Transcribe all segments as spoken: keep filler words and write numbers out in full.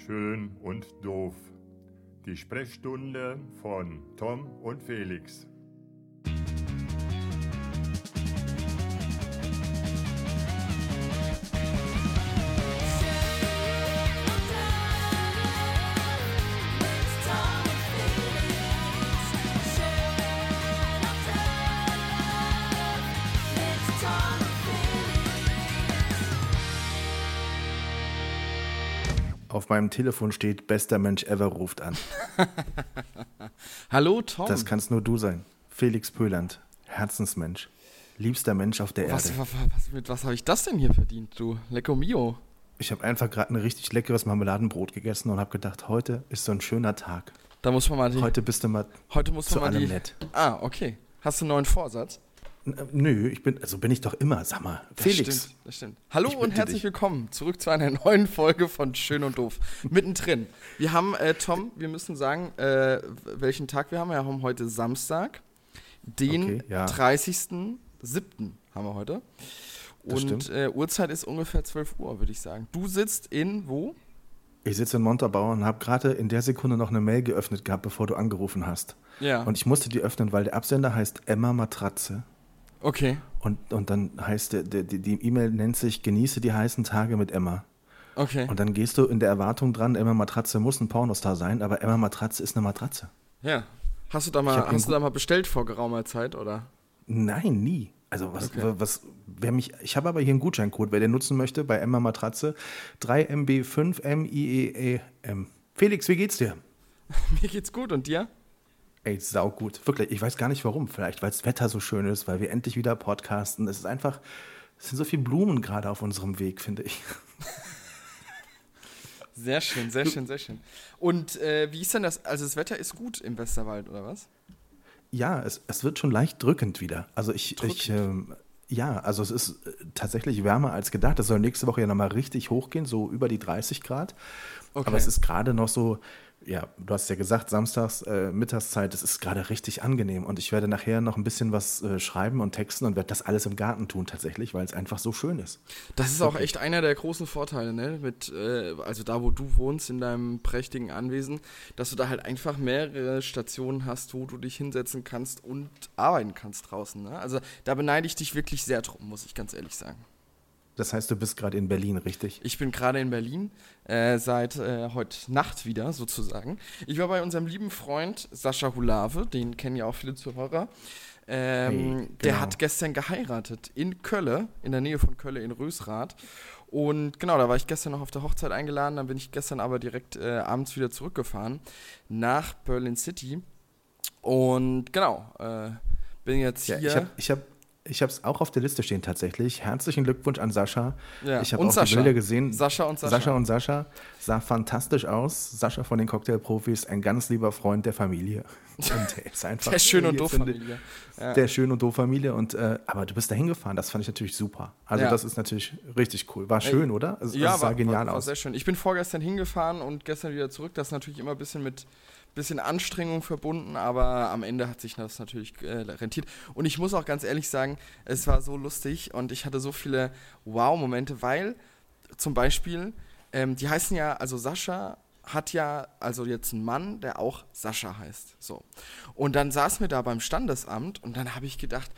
Schön und doof. Die Sprechstunde von Tom und Felix. Auf meinem Telefon steht, bester Mensch ever ruft an. Hallo Tom. Das kannst nur du sein. Felix Pöland, Herzensmensch, liebster Mensch auf der was, Erde. Was, was, mit was habe ich das denn hier verdient, du? Lecco mio. Ich habe einfach gerade ein richtig leckeres Marmeladenbrot gegessen und habe gedacht, heute ist so ein schöner Tag. Da muss man mal die, Heute bist du mal heute muss zu man mal allem die, nett. Ah, okay. Hast du einen neuen Vorsatz? Nö, ich bin, also bin ich doch immer, sag mal. Das Felix. Stimmt, das stimmt. Hallo Ich und bitte herzlich dich. willkommen zurück zu einer neuen Folge von Schön und Doof. Mittendrin. Wir haben, äh, Tom, wir müssen sagen, äh, welchen Tag wir haben. Wir haben heute Samstag, den Okay, ja. dreißigsten siebten haben wir heute. Das Und stimmt. äh, Uhrzeit ist ungefähr zwölf Uhr, würde ich sagen. Du sitzt in wo? Ich sitze in Montabaur und habe gerade in der Sekunde noch eine Mail geöffnet gehabt, bevor du angerufen hast. Ja. Und ich musste die öffnen, weil der Absender heißt Emma Matratze. Okay. Und, und dann heißt der, der, die die E-Mail nennt sich Genieße die heißen Tage mit Emma. Okay. Und dann gehst du in der Erwartung dran, Emma Matratze muss ein Pornostar sein, aber Emma Matratze ist eine Matratze. Ja. Hast du da Ich mal, hab den hast du gu- da mal bestellt vor geraumer Zeit, oder? Nein, nie. Also was, Okay. was wer mich, ich habe aber hier einen Gutscheincode, wer den nutzen möchte, bei Emma Matratze, drei M B fünf M I E E M. Felix, wie geht's dir? Mir geht's gut und dir? Ey, saugut. Wirklich, ich weiß gar nicht warum. Vielleicht, weil das Wetter so schön ist, weil wir endlich wieder podcasten. Es ist einfach, es sind so viele Blumen gerade auf unserem Weg, finde ich. Sehr schön, sehr schön, sehr schön. Und äh, wie ist denn das? Also das Wetter ist gut im Westerwald, oder was? Ja, es, es wird schon leicht drückend wieder. Also ich, ich Drückend? ähm, ja, also es ist äh, tatsächlich wärmer als gedacht. Es soll nächste Woche ja nochmal richtig hochgehen, so über die dreißig Grad. Okay. Aber es ist gerade noch so, ja, du hast ja gesagt, samstags, äh, Mittagszeit, es ist gerade richtig angenehm. Und ich werde nachher noch ein bisschen was äh, schreiben und texten und werde das alles im Garten tun tatsächlich, weil es einfach so schön ist. Das ist auch Wirklich. echt einer der großen Vorteile, ne? Mit, äh, also da, wo du wohnst, in deinem prächtigen Anwesen, dass du da halt einfach mehrere Stationen hast, wo du dich hinsetzen kannst und arbeiten kannst draußen. Ne? Also da beneide ich dich wirklich sehr drum, muss ich ganz ehrlich sagen. Das heißt, du bist gerade in Berlin, richtig? Ich bin gerade in Berlin, äh, seit äh, heute Nacht wieder sozusagen. Ich war bei unserem lieben Freund Sascha Hulave, den kennen ja auch viele Zuhörer. Ähm, Hey, Der genau. hat gestern geheiratet in Kölle, in der Nähe von Kölle in Rösrath. Und genau, da war ich gestern noch auf der Hochzeit eingeladen, dann bin ich gestern aber direkt äh, abends wieder zurückgefahren nach Berlin City. Und genau, äh, bin jetzt Ja, hier. ich habe ich hab, ich es auch auf der Liste stehen tatsächlich. Herzlichen Glückwunsch an Sascha. Ja, Ich habe und auch Sascha. die Bilder gesehen. Sascha und Sascha. Sascha und Sascha sah fantastisch aus. Sascha von den Cocktailprofis, ein ganz lieber Freund der Familie. Und der ist einfach der Schön- und hier, finde ich, Doof-Familie. Ja. Der Schön- und Doof-Familie. Und, äh, aber du bist da hingefahren, das fand ich natürlich super. Also Ja. das ist natürlich richtig cool. War schön, oder? Also, Ja, das sah war, genial war, war aus. sehr schön. Ich bin vorgestern hingefahren und gestern wieder zurück. Das ist natürlich immer ein bisschen mit bisschen Anstrengung verbunden, aber am Ende hat sich das natürlich äh, rentiert. Und ich muss auch ganz ehrlich sagen, es war so lustig und ich hatte so viele Wow-Momente, weil zum Beispiel, ähm, die heißen ja, also Sascha hat ja also jetzt einen Mann, der auch Sascha heißt. So. Und dann saßen wir da beim Standesamt und dann habe ich gedacht,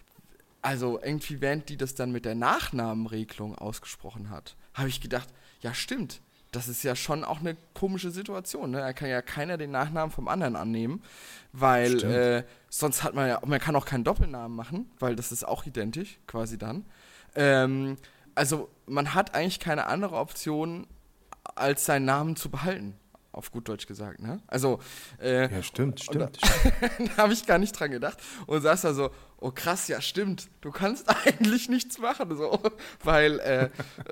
also irgendwie, während die das dann mit der Nachnamenregelung ausgesprochen hat, habe ich gedacht, ja stimmt, das ist ja schon auch eine komische Situation. Ne? Da kann ja keiner den Nachnamen vom anderen annehmen, weil Stimmt. äh, sonst hat man ja, man kann auch keinen Doppelnamen machen, weil das ist auch identisch quasi dann. Ähm, also man hat eigentlich keine andere Option, als seinen Namen zu behalten. Auf gut Deutsch gesagt, ne? Also, äh, Ja, stimmt, und stimmt. da habe ich gar nicht dran gedacht und saß da so, oh krass, ja stimmt, du kannst eigentlich nichts machen, so, weil, äh,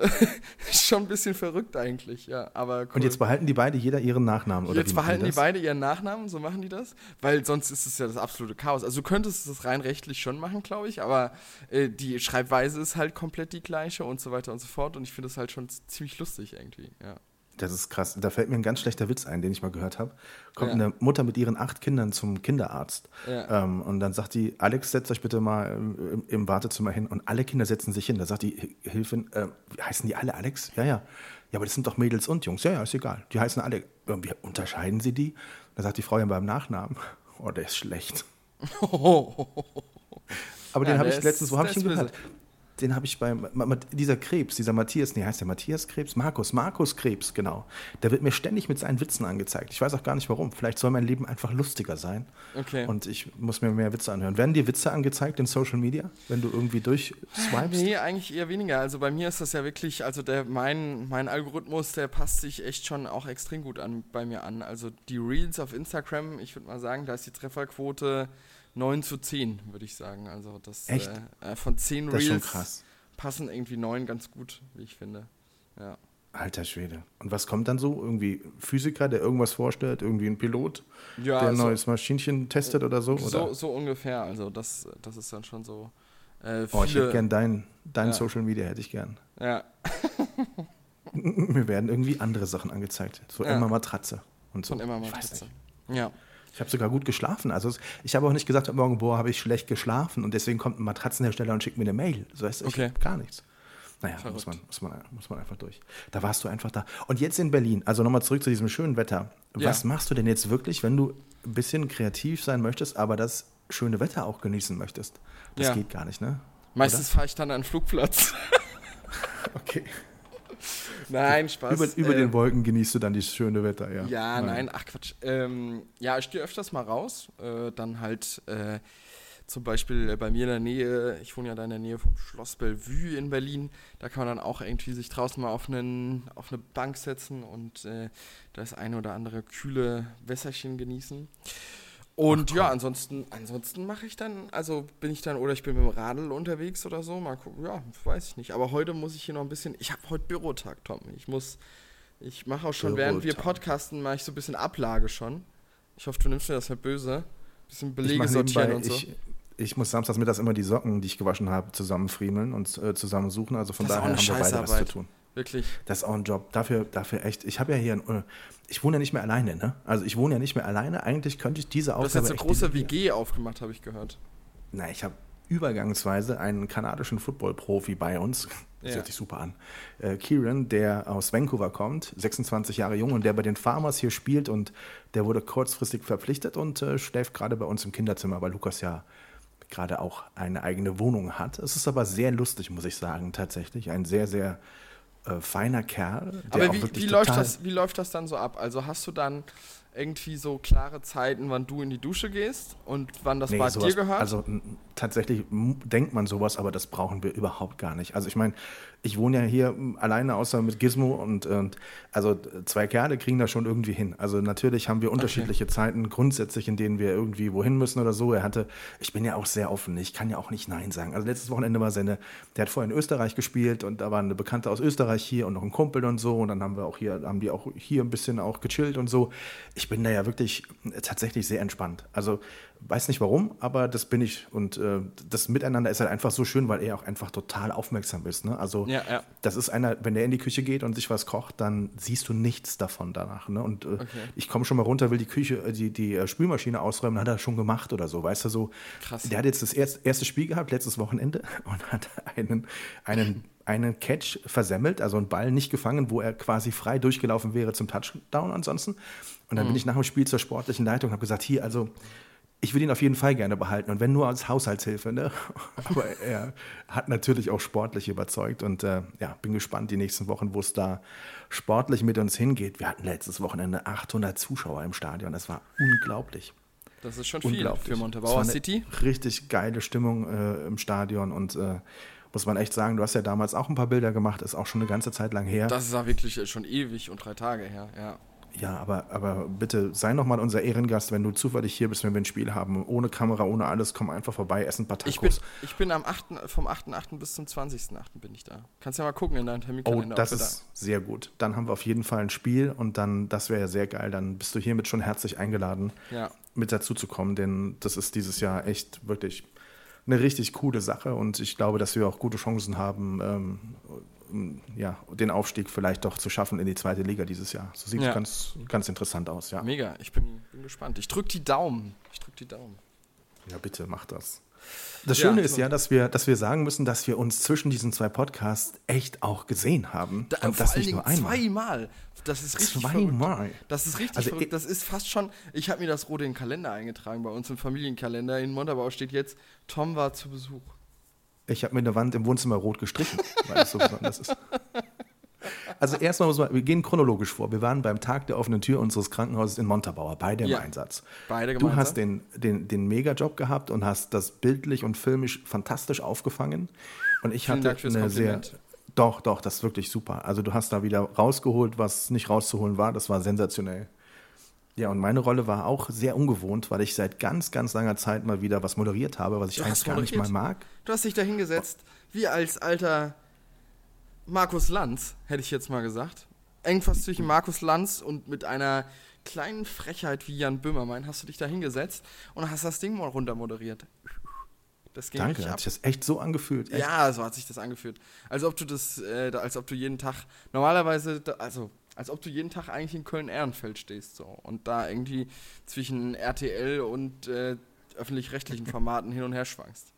ist schon ein bisschen verrückt eigentlich, ja, aber cool. Und jetzt behalten die beide jeder ihren Nachnamen, oder Jetzt wie machen behalten die das? beide ihren Nachnamen, so machen die das, weil sonst ist es ja das absolute Chaos. Also du könntest es rein rechtlich schon machen, glaube ich, aber äh, die Schreibweise ist halt komplett die gleiche und so weiter und so fort und ich finde es halt schon z- ziemlich lustig irgendwie, ja. Das ist krass. Da fällt mir ein ganz schlechter Witz ein, den ich mal gehört habe. Kommt Ja. eine Mutter mit ihren acht Kindern zum Kinderarzt. Ja. Ähm, und dann sagt die, Alex, setzt euch bitte mal im, im Wartezimmer hin. Und alle Kinder setzen sich hin. Da sagt die Hilfin, äh, wie heißen die alle Alex? Ja, ja. Ja, aber das sind doch Mädels und Jungs. Ja, ja, ist egal. Die heißen alle, irgendwie unterscheiden sie die? Da sagt die Frau ja beim Nachnamen, oh, der ist schlecht. Aber ja, den habe ich letztens, wo habe ich ihn gehört? Den habe ich beim, dieser Krebs, dieser Matthias, nee, heißt der Matthias Krebs? Markus, Markus Krebs, genau. Der wird mir ständig mit seinen Witzen angezeigt. Ich weiß auch gar nicht warum. Vielleicht soll mein Leben einfach lustiger sein. Okay. Und ich muss mir mehr Witze anhören. Werden dir Witze angezeigt in Social Media, wenn du irgendwie durchswipest? Nee, eigentlich eher weniger. Also bei mir ist das ja wirklich, also der, mein, mein Algorithmus, der passt sich echt schon auch extrem gut an, bei mir an. Also die Reels auf Instagram, ich würde mal sagen, da ist die Trefferquote neun zu zehn, würde ich sagen. Also das Echt? Äh, von zehn das ist schon Reels krass. Passen irgendwie neun ganz gut, wie ich finde. Ja. Alter Schwede. Und was kommt dann so? Irgendwie Physiker, der irgendwas vorstellt? Irgendwie ein Pilot, ja, der ein so, neues Maschinchen testet oder so? So, oder? so ungefähr. Also das, das ist dann schon so. Äh, oh, ich hätte gern dein, dein ja. Social Media, hätte ich gern. Ja. Mir werden irgendwie andere Sachen angezeigt. So ja. Emma Matratze und so. Von Emma Matratze. Ja. Ich habe sogar gut geschlafen. Also ich habe auch nicht gesagt, heute Morgen, boah, habe ich schlecht geschlafen und deswegen kommt ein Matratzenhersteller und schickt mir eine Mail. So heißt, ich okay. habe gar nichts. Naja, muss man, muss, man, muss man einfach durch. Da warst du einfach da. Und jetzt in Berlin, also nochmal zurück zu diesem schönen Wetter. Ja. Was machst du denn jetzt wirklich, wenn du ein bisschen kreativ sein möchtest, aber das schöne Wetter auch genießen möchtest? Das ja. geht gar nicht, ne? Meistens fahre ich dann an den Flugplatz. Okay. Nein, Spaß. Über, über äh, den Wolken genießt du dann das schöne Wetter, ja. Ja, nein, nein ach Quatsch. Ähm, ja, ich gehe öfters mal raus. Äh, dann halt äh, zum Beispiel bei mir in der Nähe, ich wohne ja da in der Nähe vom Schloss Bellevue in Berlin, da kann man dann auch irgendwie sich draußen mal auf, einen, auf eine Bank setzen und äh, das eine oder andere kühle Wässerchen genießen. Und Ach, ja, ansonsten, ansonsten mache ich dann, also bin ich dann, oder ich bin mit dem Radl unterwegs oder so, mal gucken, ja, weiß ich nicht. Aber heute muss ich hier noch ein bisschen, ich habe heute Bürotag, Tom. Ich muss, ich mache auch schon, Bürotag. Während wir podcasten, mache ich so ein bisschen Ablage schon. Ich hoffe, du nimmst mir das nicht böse. Ein bisschen Belege sortieren nebenbei, und so. Ich, ich muss samstags mittags immer die Socken, die ich gewaschen habe, zusammenfriemeln und äh, zusammensuchen. Also von daher haben wir beide was zu tun. Wirklich. Das ist auch ein Job. Dafür, dafür echt. Ich habe ja hier, ein, ich wohne ja nicht mehr alleine, ne? Also ich wohne ja nicht mehr alleine. Eigentlich könnte ich diese Aufgabe. Du hast jetzt eine große W G aufgemacht, habe ich gehört. Na, ich habe übergangsweise einen kanadischen Football-Profi bei uns. Das ja. hört sich super an. Äh, Kieran, der aus Vancouver kommt, sechsundzwanzig Jahre jung und der bei den Farmers hier spielt und der wurde kurzfristig verpflichtet und äh, schläft gerade bei uns im Kinderzimmer, weil Lukas ja gerade auch eine eigene Wohnung hat. Es ist aber sehr lustig, muss ich sagen, tatsächlich. Ein sehr, sehr Äh, feiner Kerl. Der Aber auch wie, wirklich wie, läuft das, wie läuft das dann so ab? Also hast du dann irgendwie so klare Zeiten, wann du in die Dusche gehst und wann das nee, bei sowas, dir gehört? Also n- tatsächlich m- denkt man sowas, aber das brauchen wir überhaupt gar nicht. Also ich meine, ich wohne ja hier m, alleine, außer mit Gizmo und, und also zwei Kerle kriegen das schon irgendwie hin. Also natürlich haben wir unterschiedliche okay. Zeiten grundsätzlich, in denen wir irgendwie wohin müssen oder so. Er hatte, ich bin ja auch sehr offen, ich kann ja auch nicht Nein sagen. Also letztes Wochenende war seine, der hat vorher in Österreich gespielt und da war eine Bekannte aus Österreich hier und noch ein Kumpel und so und dann haben wir auch hier, haben die auch hier ein bisschen auch gechillt und so. Ich bin da ja wirklich tatsächlich sehr entspannt. Also weiß nicht warum, aber das bin ich und äh, das Miteinander ist halt einfach so schön, weil er auch einfach total aufmerksam ist. Ne? Also ja, ja. das ist einer, wenn der in die Küche geht und sich was kocht, dann siehst du nichts davon danach. Ne? Und äh, okay. ich komme schon mal runter, will die Küche, die, die äh, Spülmaschine ausräumen, hat er schon gemacht oder so, weißt du so. Krass. Der hat jetzt das erste, erste Spiel gehabt, letztes Wochenende und hat einen, einen, einen Catch versemmelt, also einen Ball nicht gefangen, wo er quasi frei durchgelaufen wäre zum Touchdown ansonsten. Und dann mhm. bin ich nach dem Spiel zur sportlichen Leitung und habe gesagt, hier, also ich will ihn auf jeden Fall gerne behalten und wenn nur als Haushaltshilfe. Ne? Aber er hat natürlich auch sportlich überzeugt und äh, ja, bin gespannt die nächsten Wochen, wo es da sportlich mit uns hingeht. Wir hatten letztes Wochenende achthundert Zuschauer im Stadion. Das war unglaublich. Das ist schon viel für Montabaur City. Richtig geile Stimmung äh, im Stadion und äh, muss man echt sagen, du hast ja damals auch ein paar Bilder gemacht, ist auch schon eine ganze Zeit lang her. Das ist ja wirklich schon ewig und drei Tage her, ja. Ja, aber, aber bitte sei noch mal unser Ehrengast, wenn du zufällig hier bist, wenn wir ein Spiel haben. Ohne Kamera, ohne alles, komm einfach vorbei, essen ein paar Tacos. Ich bin, ich bin am achten, vom achten achten bis zum zwanzigsten achten bin ich da. Kannst ja mal gucken in deinem Terminkalender. Oh, das ist da. Sehr gut. Dann haben wir auf jeden Fall ein Spiel und dann, das wäre ja sehr geil, dann bist du hiermit schon herzlich eingeladen, ja. mit dazu zu kommen, denn das ist dieses Jahr echt wirklich eine richtig coole Sache und ich glaube, dass wir auch gute Chancen haben, ähm, ja, den Aufstieg vielleicht doch zu schaffen in die zweite Liga dieses Jahr. So sieht es ja. ganz, ganz interessant aus, ja. Mega, ich bin, bin gespannt. Ich drücke die Daumen. Ich drücke die Daumen. Ja, bitte, mach das. Das Schöne Ja, ist so. ja, dass wir, dass wir sagen müssen, dass wir uns zwischen diesen zwei Podcasts echt auch gesehen haben. Da, und vor das allen nicht Dingen nur einmal. zweimal. Das ist richtig verrückt. Zweimal. Das ist richtig Also verrückt. Das ist fast schon, ich habe mir das rote in den Kalender eingetragen, bei uns im Familienkalender. In Montabaur steht jetzt, Tom war zu Besuch. Ich habe mir eine Wand im Wohnzimmer rot gestrichen, weil es so besonders ist. Also erstmal muss man, wir gehen chronologisch vor. Wir waren beim Tag der offenen Tür unseres Krankenhauses in Montabaur, beide Ja, im Einsatz. beide Du gemeinsam. hast den, den, den Megajob gehabt und hast das bildlich und filmisch fantastisch aufgefangen. Und ich Vielen hatte Dank fürs eine sehr... Kompliment. Doch, doch, das ist wirklich super. Also du hast da wieder rausgeholt, was nicht rauszuholen war. Das war sensationell. Ja, und meine Rolle war auch sehr ungewohnt, weil ich seit ganz, ganz langer Zeit mal wieder was moderiert habe, was ich Du eigentlich hast gar nicht mal moderiert? mag. Du hast dich da hingesetzt, wie als alter Markus Lanz, hätte ich jetzt mal gesagt. Irgendwas zwischen Markus Lanz und mit einer kleinen Frechheit wie Jan Böhmermann hast du dich da hingesetzt und hast das Ding mal runter moderiert. Das ging Danke, richtig hat ab. sich das echt so angefühlt. Echt? Ja, so hat sich das angefühlt. Als ob du das, äh, da- als ob du jeden Tag, normalerweise, da, also als ob du jeden Tag eigentlich in Köln-Ehrenfeld stehst so und da irgendwie zwischen R T L und äh, öffentlich-rechtlichen Formaten hin und her schwankst.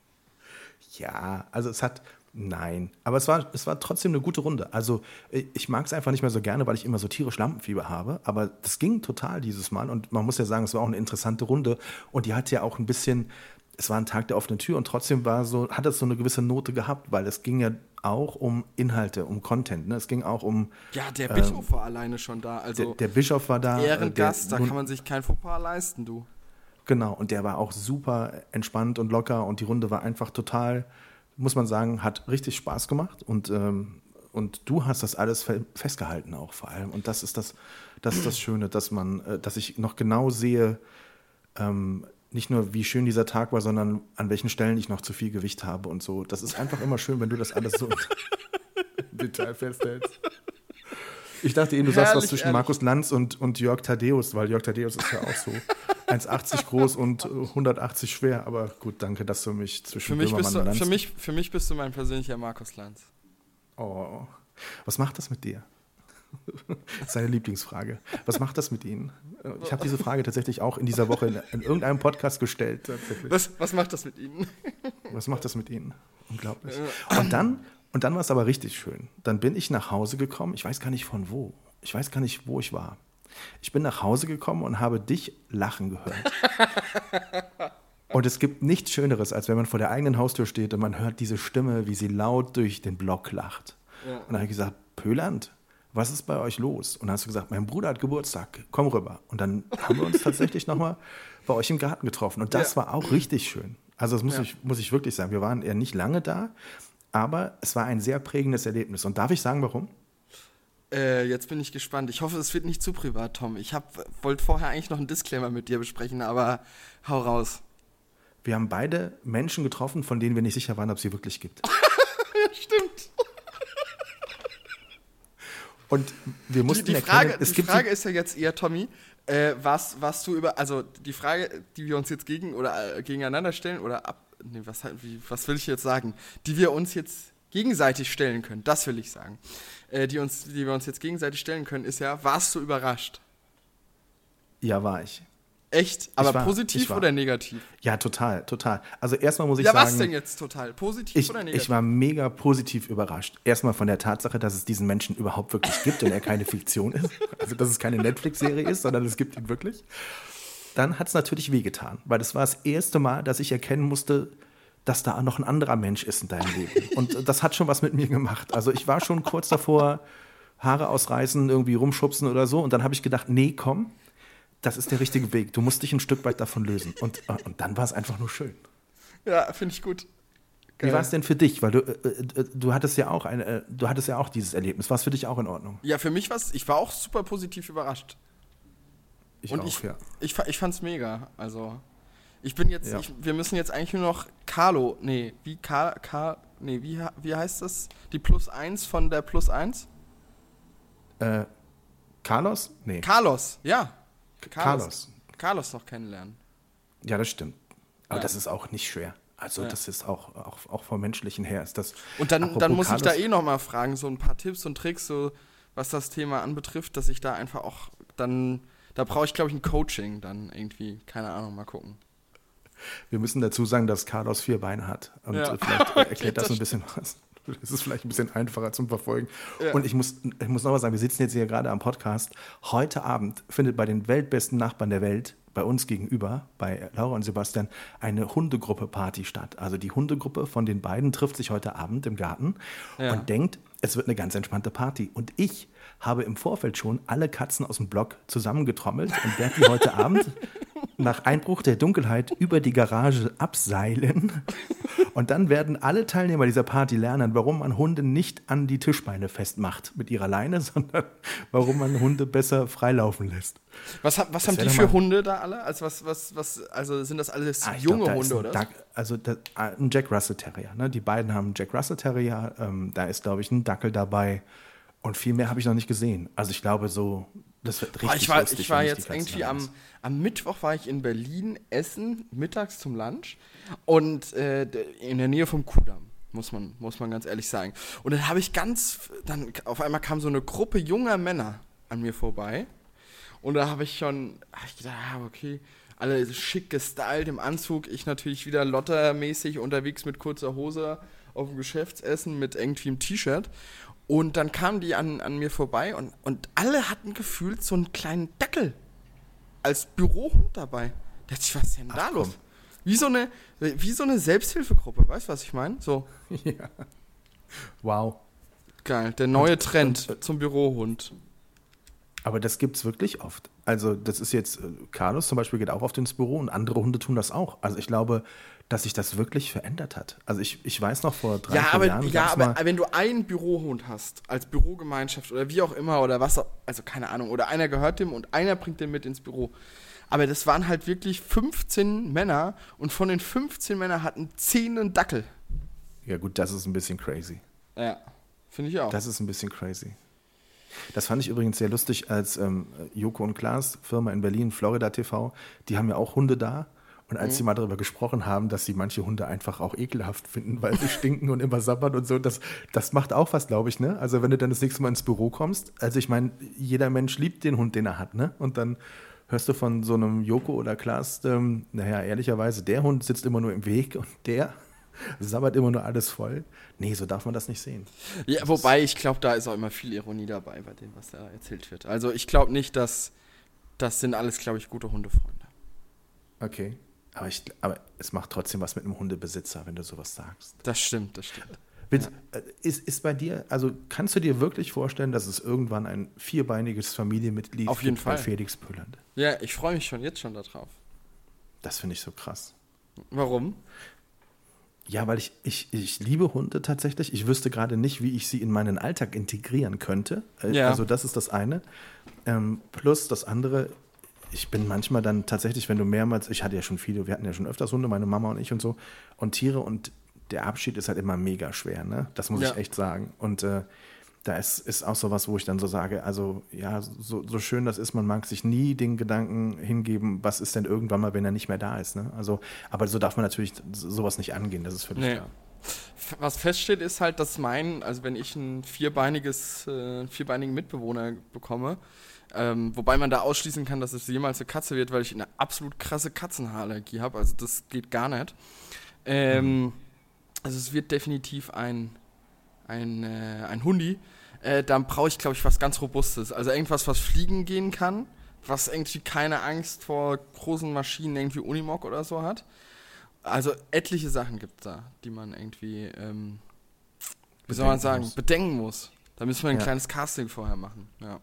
Ja, also es hat, nein, aber es war, es war trotzdem eine gute Runde. Also ich ich mag es einfach nicht mehr so gerne, weil ich immer so tierisch Lampenfieber habe, aber das ging total dieses Mal und man muss ja sagen, es war auch eine interessante Runde und die hat ja auch ein bisschen, es war ein Tag der offenen Tür und trotzdem war so, hat es so eine gewisse Note gehabt, weil es ging ja auch um Inhalte, um Content, ne? Es ging auch um, Ja, der Bischof war alleine schon da, der, also der Bischof war da. Ehrengast, der, da kann man sich kein Fauxpas leisten, du. Genau, und der war auch super entspannt und locker und die Runde war einfach total, muss man sagen, hat richtig Spaß gemacht und, ähm, und du hast das alles fe- festgehalten auch vor allem und das ist das, das ist das Schöne, dass man, äh, dass ich noch genau sehe, ähm, nicht nur wie schön dieser Tag war, sondern an welchen Stellen ich noch zu viel Gewicht habe und so. Das ist einfach immer schön, wenn du das alles so im Detail festhältst. Ich dachte eben, du sagst was Herrlich, zwischen ehrlich. Markus Lanz und, und Jörg Thaddeus, weil Jörg Thaddeus ist ja auch so eins achtzig groß und hundertachtzig schwer. Aber gut, danke, dass du mich zwischen Für mich, Böhmermann bist und du, Lanz... für, mich, für mich bist du mein persönlicher Markus Lanz. Oh, was macht das mit dir? Das ist seine Lieblingsfrage. Was macht das mit Ihnen? Ich habe diese Frage tatsächlich auch in dieser Woche in, in irgendeinem Podcast gestellt. Tatsächlich. Was, was macht das mit Ihnen? Was macht das mit Ihnen? Unglaublich. Und dann, und dann war es aber richtig schön. Dann bin ich nach Hause gekommen. Ich weiß gar nicht von wo. Ich weiß gar nicht, wo ich war. Ich bin nach Hause gekommen und habe dich lachen gehört. Und es gibt nichts Schöneres, als wenn man vor der eigenen Haustür steht und man hört diese Stimme, wie sie laut durch den Block lacht. Ja. Und dann habe ich gesagt, Pöland, was ist bei euch los? Und dann hast du gesagt, mein Bruder hat Geburtstag, komm rüber. Und dann haben wir uns tatsächlich nochmal bei euch im Garten getroffen. Und das Ja. war auch richtig schön. Also das muss, Ja. ich, muss ich wirklich sagen. Wir waren eher nicht lange da, aber es war ein sehr prägendes Erlebnis. Und darf ich sagen, warum? Äh, jetzt bin ich gespannt. Ich hoffe, es wird nicht zu privat, Tom. Ich wollte vorher eigentlich noch einen Disclaimer mit dir besprechen, aber hau raus. Wir haben beide Menschen getroffen, von denen wir nicht sicher waren, ob es sie wirklich gibt. Ja, stimmt. Und wir mussten Die, die erkennen, Frage, es die gibt Frage ist ja jetzt eher, Tommy, äh, was, was du über, also die Frage, die wir uns jetzt gegen oder äh, gegeneinander stellen oder ab, nee, was, halt- wie, was will ich jetzt sagen, die wir uns jetzt gegenseitig stellen können, das will ich sagen, äh, die, uns, die wir uns jetzt gegenseitig stellen können, ist ja, warst du überrascht? ja, war ich. Echt? Aber war- positiv ich war. oder negativ? Ja, total, total. Also erstmal muss ich Ja, sagen, was denn jetzt total? Positiv ich, oder negativ? ich war mega positiv überrascht. Erstmal von der Tatsache, dass es diesen Menschen überhaupt wirklich gibt und er keine Fiktion ist. Also, dass es keine Netflix-Serie ist, sondern es gibt ihn wirklich. Dann hat es natürlich wehgetan, weil das war das erste Mal, dass ich erkennen musste, dass da noch ein anderer Mensch ist in deinem Leben. Und das hat schon was mit mir gemacht. Also ich war schon kurz davor, Haare ausreißen, irgendwie rumschubsen oder so. Und dann habe ich gedacht, nee, komm, das ist der richtige Weg. Du musst dich ein Stück weit davon lösen. Und, und dann war es einfach nur schön. Ja, finde ich gut. Wie war es denn für dich? Weil du, äh, äh, du hattest ja auch eine, äh, du hattest ja auch dieses Erlebnis. War es für dich auch in Ordnung? Ja, für mich war es, ich war auch super positiv überrascht. Ich Und auch, ich, ja. ich, fa- ich fand's mega. Also, ich bin jetzt, Ja. ich, wir müssen jetzt eigentlich nur noch Carlo, nee, wie Ka, Ka, nee, wie, ha- wie heißt das? Die Plus eins von der Plus eins? Äh, Carlos? Nee. Carlos, ja. Carlos. Carlos noch kennenlernen. Ja, das stimmt. Aber Ja. das ist auch nicht schwer. Also Ja. das ist auch, auch, auch vom Menschlichen her ist das. Und dann, Apropos dann muss ich da Carlos- eh noch mal fragen, so ein paar Tipps und Tricks, so was das Thema anbetrifft, dass ich da einfach auch dann, da brauche ich glaube ich ein Coaching dann irgendwie, keine Ahnung, mal gucken. Wir müssen dazu sagen, dass Carlos vier Beine hat. Und Ja. vielleicht Okay, erklärt das das ein bisschen was. Das ist vielleicht ein bisschen einfacher zum Verfolgen. Ja. Und ich muss, ich muss noch was sagen, wir sitzen jetzt hier gerade am Podcast. Heute Abend findet bei den weltbesten Nachbarn der Welt, bei uns gegenüber, bei Laura und Sebastian, eine Hundegruppe-Party statt. Also die Hundegruppe von den beiden trifft sich heute Abend im Garten Ja. und denkt, es wird eine ganz entspannte Party. Und ich habe im Vorfeld schon alle Katzen aus dem Block zusammengetrommelt und werde die heute Abend nach Einbruch der Dunkelheit über die Garage abseilen. Und dann werden alle Teilnehmer dieser Party lernen, warum man Hunde nicht an die Tischbeine festmacht mit ihrer Leine, sondern warum man Hunde besser freilaufen lässt. Was, ha- was Das haben wär die doch für mal- Hunde da alle? Also, was, was, was, also sind das alles Ah, ich junge glaub, da ist Hunde, ein oder? Duck, also da, ah, ein Jack Russell Terrier. Ne? Die beiden haben einen Jack Russell Terrier. Ähm, da ist, glaube ich, ein Dackel dabei. Und viel mehr habe ich noch nicht gesehen. Also ich glaube so, das wird richtig Boah, ich war, lustig, ich war wenn jetzt die Katzen irgendwie da am, sind. am Mittwoch war ich in Berlin essen, mittags zum Lunch und äh, d- in der Nähe vom Kudamm, muss man, muss man ganz ehrlich sagen. Und dann habe ich ganz, dann auf einmal kam so eine Gruppe junger Männer an mir vorbei und da habe ich schon, hab ich gedacht, ah, okay, alle schick gestylt im Anzug, ich natürlich wieder lottermäßig unterwegs mit kurzer Hose auf dem Geschäftsessen mit irgendwie einem T-Shirt. Und dann kamen die an, an mir vorbei und, und alle hatten gefühlt so einen kleinen Dackel als Bürohund dabei. Da dachte ich, was ist denn da Ach, los? komm. Wie so eine, wie so eine Selbsthilfegruppe, weißt du, was ich meine? So, Ja. Wow. geil, der neue Und- Trend und- zum Bürohund. Aber das gibt es wirklich oft. Also das ist jetzt, äh, Carlos zum Beispiel geht auch oft ins Büro und andere Hunde tun das auch. Also ich glaube, dass sich das wirklich verändert hat. Also ich, ich weiß noch vor drei, Ja, vier aber, Jahren ja gab's aber mal, wenn du einen Bürohund hast, als Bürogemeinschaft oder wie auch immer oder was, auch- also keine Ahnung, oder einer gehört dem und einer bringt den mit ins Büro. Aber das waren halt wirklich fünfzehn Männer und von den fünfzehn Männern hatten zehn einen Dackel. ja gut, das ist ein bisschen crazy. Ja, finde ich auch. Das ist ein bisschen crazy. Das fand ich übrigens sehr lustig, als ähm, Joko und Klaas, Firma in Berlin, Florida T V, die haben ja auch Hunde da. Und als sie mal darüber gesprochen haben, dass sie manche Hunde einfach auch ekelhaft finden, weil sie stinken und immer sabbern und so, das, das macht auch was, glaube ich, ne? Also wenn du dann das nächste Mal ins Büro kommst, also ich meine, jeder Mensch liebt den Hund, den er hat, ne? Und dann hörst du von so einem Joko oder Klaas, ähm, naja, ehrlicherweise, der Hund sitzt immer nur im Weg und der sabbert immer nur alles voll. Nee, so darf man das nicht sehen. Ja, wobei ich glaube, da ist auch immer viel Ironie dabei bei dem, was da erzählt wird. Also ich glaube nicht, dass das sind alles, glaube ich, gute Hundefreunde. Okay. Aber, ich, aber es macht trotzdem was mit einem Hundebesitzer, wenn du sowas sagst. Das stimmt, das stimmt. Willst, äh, ist, ist bei dir, also kannst du dir wirklich vorstellen, dass es irgendwann ein vierbeiniges Familienmitglied Auf jeden gibt bei Fall. Felix Pülland? Ja, ich freue mich schon jetzt schon darauf. Das finde ich so krass. Warum? Ja, weil ich, ich, ich liebe Hunde tatsächlich. Ich wüsste gerade nicht, wie ich sie in meinen Alltag integrieren könnte. Äh, Ja. Also das ist das eine. Ähm, plus das andere, ich bin manchmal dann tatsächlich, wenn du mehrmals, ich hatte ja schon viele, wir hatten ja schon öfters Hunde, meine Mama und ich und so, und Tiere und der Abschied ist halt immer mega schwer, ne? Das muss Ja. ich echt sagen. Und äh, da ist, ist auch sowas, wo ich dann so sage, also ja, so, so schön das ist, man mag sich nie den Gedanken hingeben, was ist denn irgendwann mal, wenn er nicht mehr da ist, ne? Also, aber so darf man natürlich so- sowas nicht angehen, das ist völlig Nee. klar. F- Was feststeht, ist halt, dass mein, also wenn ich ein vierbeiniges, äh, einen vierbeinigen Mitbewohner bekomme, ähm, wobei man da ausschließen kann, dass es jemals eine Katze wird, weil ich eine absolut krasse Katzenhaarallergie habe, also das geht gar nicht. Ähm, Also es wird definitiv ein, ein, äh, ein Hundi. Äh, dann brauche ich, glaube ich, was ganz Robustes. Also irgendwas, was fliegen gehen kann, was irgendwie keine Angst vor großen Maschinen, irgendwie Unimog oder so hat. Also etliche Sachen gibt es da, die man irgendwie, ähm, wie soll man Bedenken sagen, muss. bedenken muss. Da müssen wir ein Ja. kleines Casting vorher machen. Ja.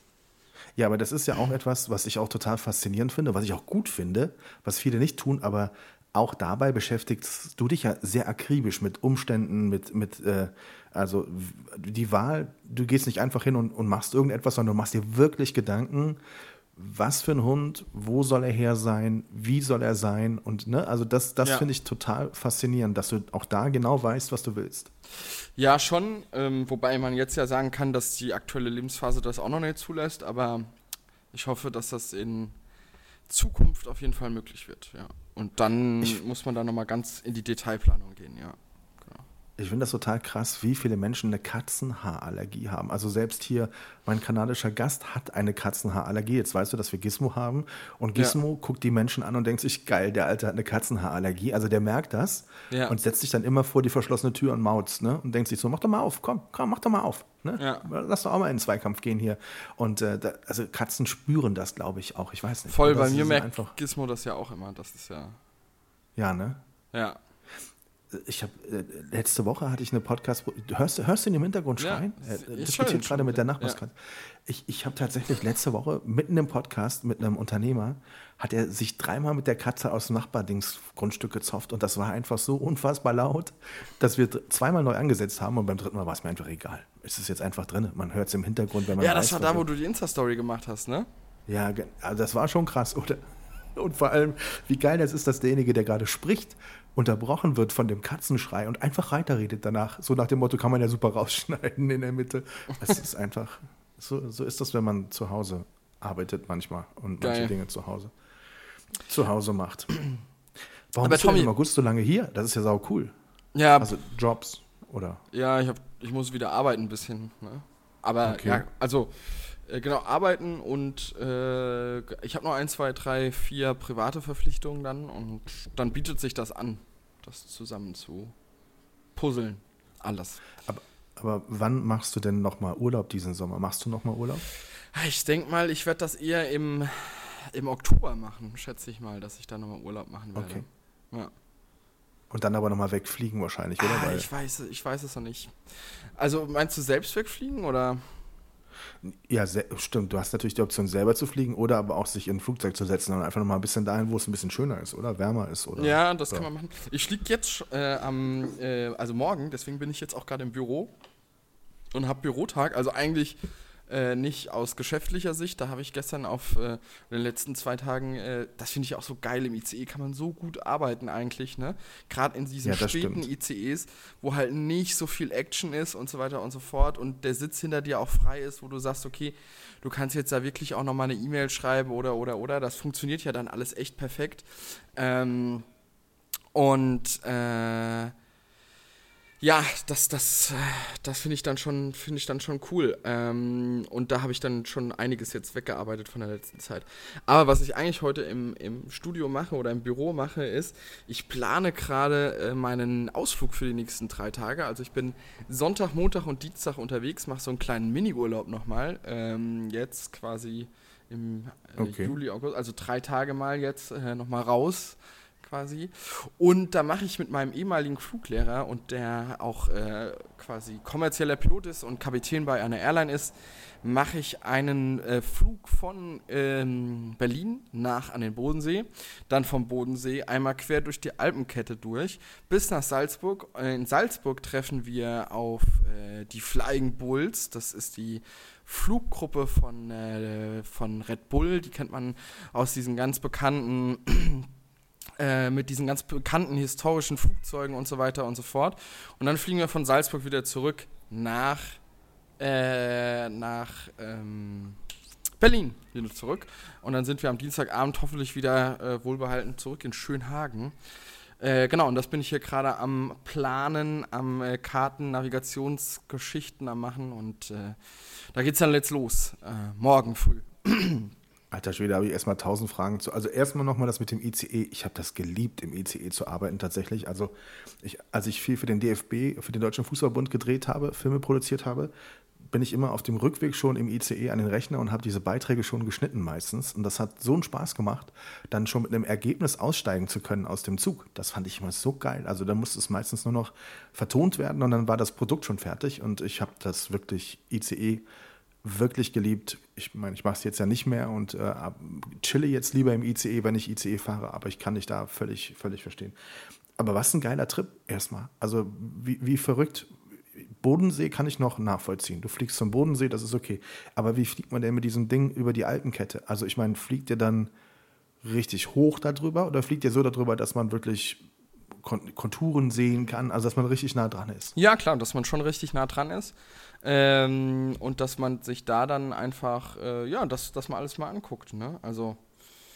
Ja, aber das ist ja auch etwas, was ich auch total faszinierend finde, was ich auch gut finde, was viele nicht tun, aber auch dabei beschäftigst du dich ja sehr akribisch mit Umständen, mit, mit äh, also w- die Wahl, du gehst nicht einfach hin und, und machst irgendetwas, sondern du machst dir wirklich Gedanken, was für ein Hund, wo soll er her sein, wie soll er sein und ne, also das, das Ja. finde ich total faszinierend, dass du auch da genau weißt, was du willst. Ja, schon, ähm, wobei man jetzt ja sagen kann, dass die aktuelle Lebensphase das auch noch nicht zulässt, aber ich hoffe, dass das in Zukunft auf jeden Fall möglich wird, ja. Und dann Ich- muss man da nochmal ganz in die Detailplanung gehen, ja. Genau. Ich finde das total krass, wie viele Menschen eine Katzenhaarallergie haben. Also selbst hier, mein kanadischer Gast hat eine Katzenhaarallergie. Jetzt weißt du, dass wir Gizmo haben. Und Gizmo ja. guckt die Menschen an und denkt sich, geil, der Alte hat eine Katzenhaarallergie. Also der merkt das ja. und setzt sich dann immer vor die verschlossene Tür und mautzt, ne? Und denkt sich so, mach doch mal auf, komm, komm, mach doch mal auf. Ne? Ja. Lass doch auch mal in den Zweikampf gehen hier. Und äh, da, also Katzen spüren das, glaube ich, auch. Ich weiß nicht. Voll, bei mir merkt einfach Gizmo das ja auch immer. Das ist ja... Ja, ne? Ja. Ich habe äh, letzte Woche hatte ich eine Podcast. Hörst, hörst du ihn im Hintergrund schreien? Ja, er diskutiert gerade mit der Nachbarskatze. Ja. Ich, ich habe tatsächlich letzte Woche mitten im Podcast mit einem Unternehmer, hat er sich dreimal mit der Katze aus dem Nachbardings-Grundstück gezofft und das war einfach so unfassbar laut, dass wir zweimal neu angesetzt haben und beim dritten Mal war es mir einfach egal. Es ist jetzt einfach drin. Man hört es im Hintergrund, wenn man Ja, weiß, das war da, wo du die Insta-Story gemacht hast, ne? Ja, also das war schon krass, oder? Und vor allem, wie geil das ist, dass derjenige, der gerade spricht, unterbrochen wird von dem Katzenschrei und einfach weiterredet danach. So nach dem Motto, kann man ja super rausschneiden in der Mitte. Es ist einfach, so, so ist das, wenn man zu Hause arbeitet manchmal und geil. manche Dinge zu Hause, zu Hause macht. Warum Aber bist Tommy, du denn im August so lange hier? Das ist ja sau cool. Ja. Also Jobs, oder? Ja, ich, hab, ich muss wieder arbeiten ein bisschen. Ne? Aber okay. ja, also... Genau, arbeiten und äh, ich habe noch ein, zwei, drei, vier private Verpflichtungen dann und dann bietet sich das an, das zusammen zu puzzeln, alles. Aber, aber wann machst du denn nochmal Urlaub diesen Sommer? Machst du nochmal Urlaub? Ich denke mal, ich werde das eher im, im Oktober machen, schätze ich mal, dass ich da nochmal Urlaub machen werde. Okay. Ja. Und dann aber nochmal wegfliegen wahrscheinlich, oder? Ah, ich weiß, ich weiß es noch nicht. Also meinst du selbst wegfliegen oder... Ja, se- stimmt. Du hast natürlich die Option, selber zu fliegen oder aber auch sich in ein Flugzeug zu setzen und einfach nochmal ein bisschen dahin, wo es ein bisschen schöner ist oder wärmer ist. Oder ja, das so. kann man machen. Ich fliege jetzt äh, am, äh, also morgen, deswegen bin ich jetzt auch gerade im Büro und habe Bürotag. Also eigentlich äh, nicht aus geschäftlicher Sicht. Da habe ich gestern auf äh, den letzten zwei Tagen, äh, das finde ich auch so geil, im I C E kann man so gut arbeiten eigentlich, ne? Gerade in diesen ja, späten stimmt. I C Es, wo halt nicht so viel Action ist und so weiter und so fort und der Sitz hinter dir auch frei ist, wo du sagst, okay, du kannst jetzt da wirklich auch nochmal eine E-Mail schreiben oder, oder, oder. Das funktioniert ja dann alles echt perfekt. Ähm, und äh, ja, das, das, das finde ich dann schon, finde ich dann schon cool. Ähm, und da habe ich dann schon einiges jetzt weggearbeitet von der letzten Zeit. Aber was ich eigentlich heute im, im Studio mache oder im Büro mache, ist, ich plane gerade äh, meinen Ausflug für die nächsten drei Tage. Also ich bin Sonntag, Montag und Dienstag unterwegs, mache so einen kleinen Mini-Urlaub nochmal. Ähm, jetzt quasi im äh, okay. Juli, August, also drei Tage mal jetzt äh, nochmal raus. Quasi. Und da mache ich mit meinem ehemaligen Fluglehrer und der auch äh, quasi kommerzieller Pilot ist und Kapitän bei einer Airline ist, mache ich einen äh, Flug von ähm, Berlin nach an den Bodensee, dann vom Bodensee einmal quer durch die Alpenkette durch bis nach Salzburg. In Salzburg treffen wir auf äh, die Flying Bulls, das ist die Fluggruppe von, äh, von Red Bull, die kennt man aus diesen ganz bekannten Äh, mit diesen ganz bekannten historischen Flugzeugen und so weiter und so fort. Und dann fliegen wir von Salzburg wieder zurück nach, äh, nach ähm, Berlin wieder zurück. Und dann sind wir am Dienstagabend hoffentlich wieder äh, wohlbehalten zurück in Schönhagen. Äh, genau, und das bin ich hier gerade am Planen, am äh, Karten, Navigationsgeschichten am Machen. Und äh, da geht's dann jetzt los, äh, morgen früh. Alter Schwede, habe ich erstmal tausend Fragen zu. Also erstmal nochmal das mit dem I C E. Ich habe das geliebt, im I C E zu arbeiten tatsächlich. Also ich, als ich viel für den D F B, für den Deutschen Fußballbund gedreht habe, Filme produziert habe, bin ich immer auf dem Rückweg schon im I C E an den Rechner und habe diese Beiträge schon geschnitten meistens. Und das hat so einen Spaß gemacht, dann schon mit einem Ergebnis aussteigen zu können aus dem Zug. Das fand ich immer so geil. Also da musste es meistens nur noch vertont werden und dann war das Produkt schon fertig. Und ich habe das wirklich I C E wirklich geliebt. Ich meine, ich mache es jetzt ja nicht mehr und äh, chille jetzt lieber im I C E, wenn ich I C E fahre, aber ich kann dich da völlig, völlig verstehen. Aber was ein geiler Trip erstmal. Also wie, wie verrückt. Bodensee kann ich noch nachvollziehen. Du fliegst zum Bodensee, das ist okay. Aber wie fliegt man denn mit diesem Ding über die Alpenkette? Also ich meine, fliegt ihr dann richtig hoch darüber oder fliegt ihr so darüber, dass man wirklich Konturen sehen kann, also dass man richtig nah dran ist? Ja, klar, dass man schon richtig nah dran ist. Ähm, und dass man sich da dann einfach, äh, ja, dass, dass man alles mal anguckt, ne? Also,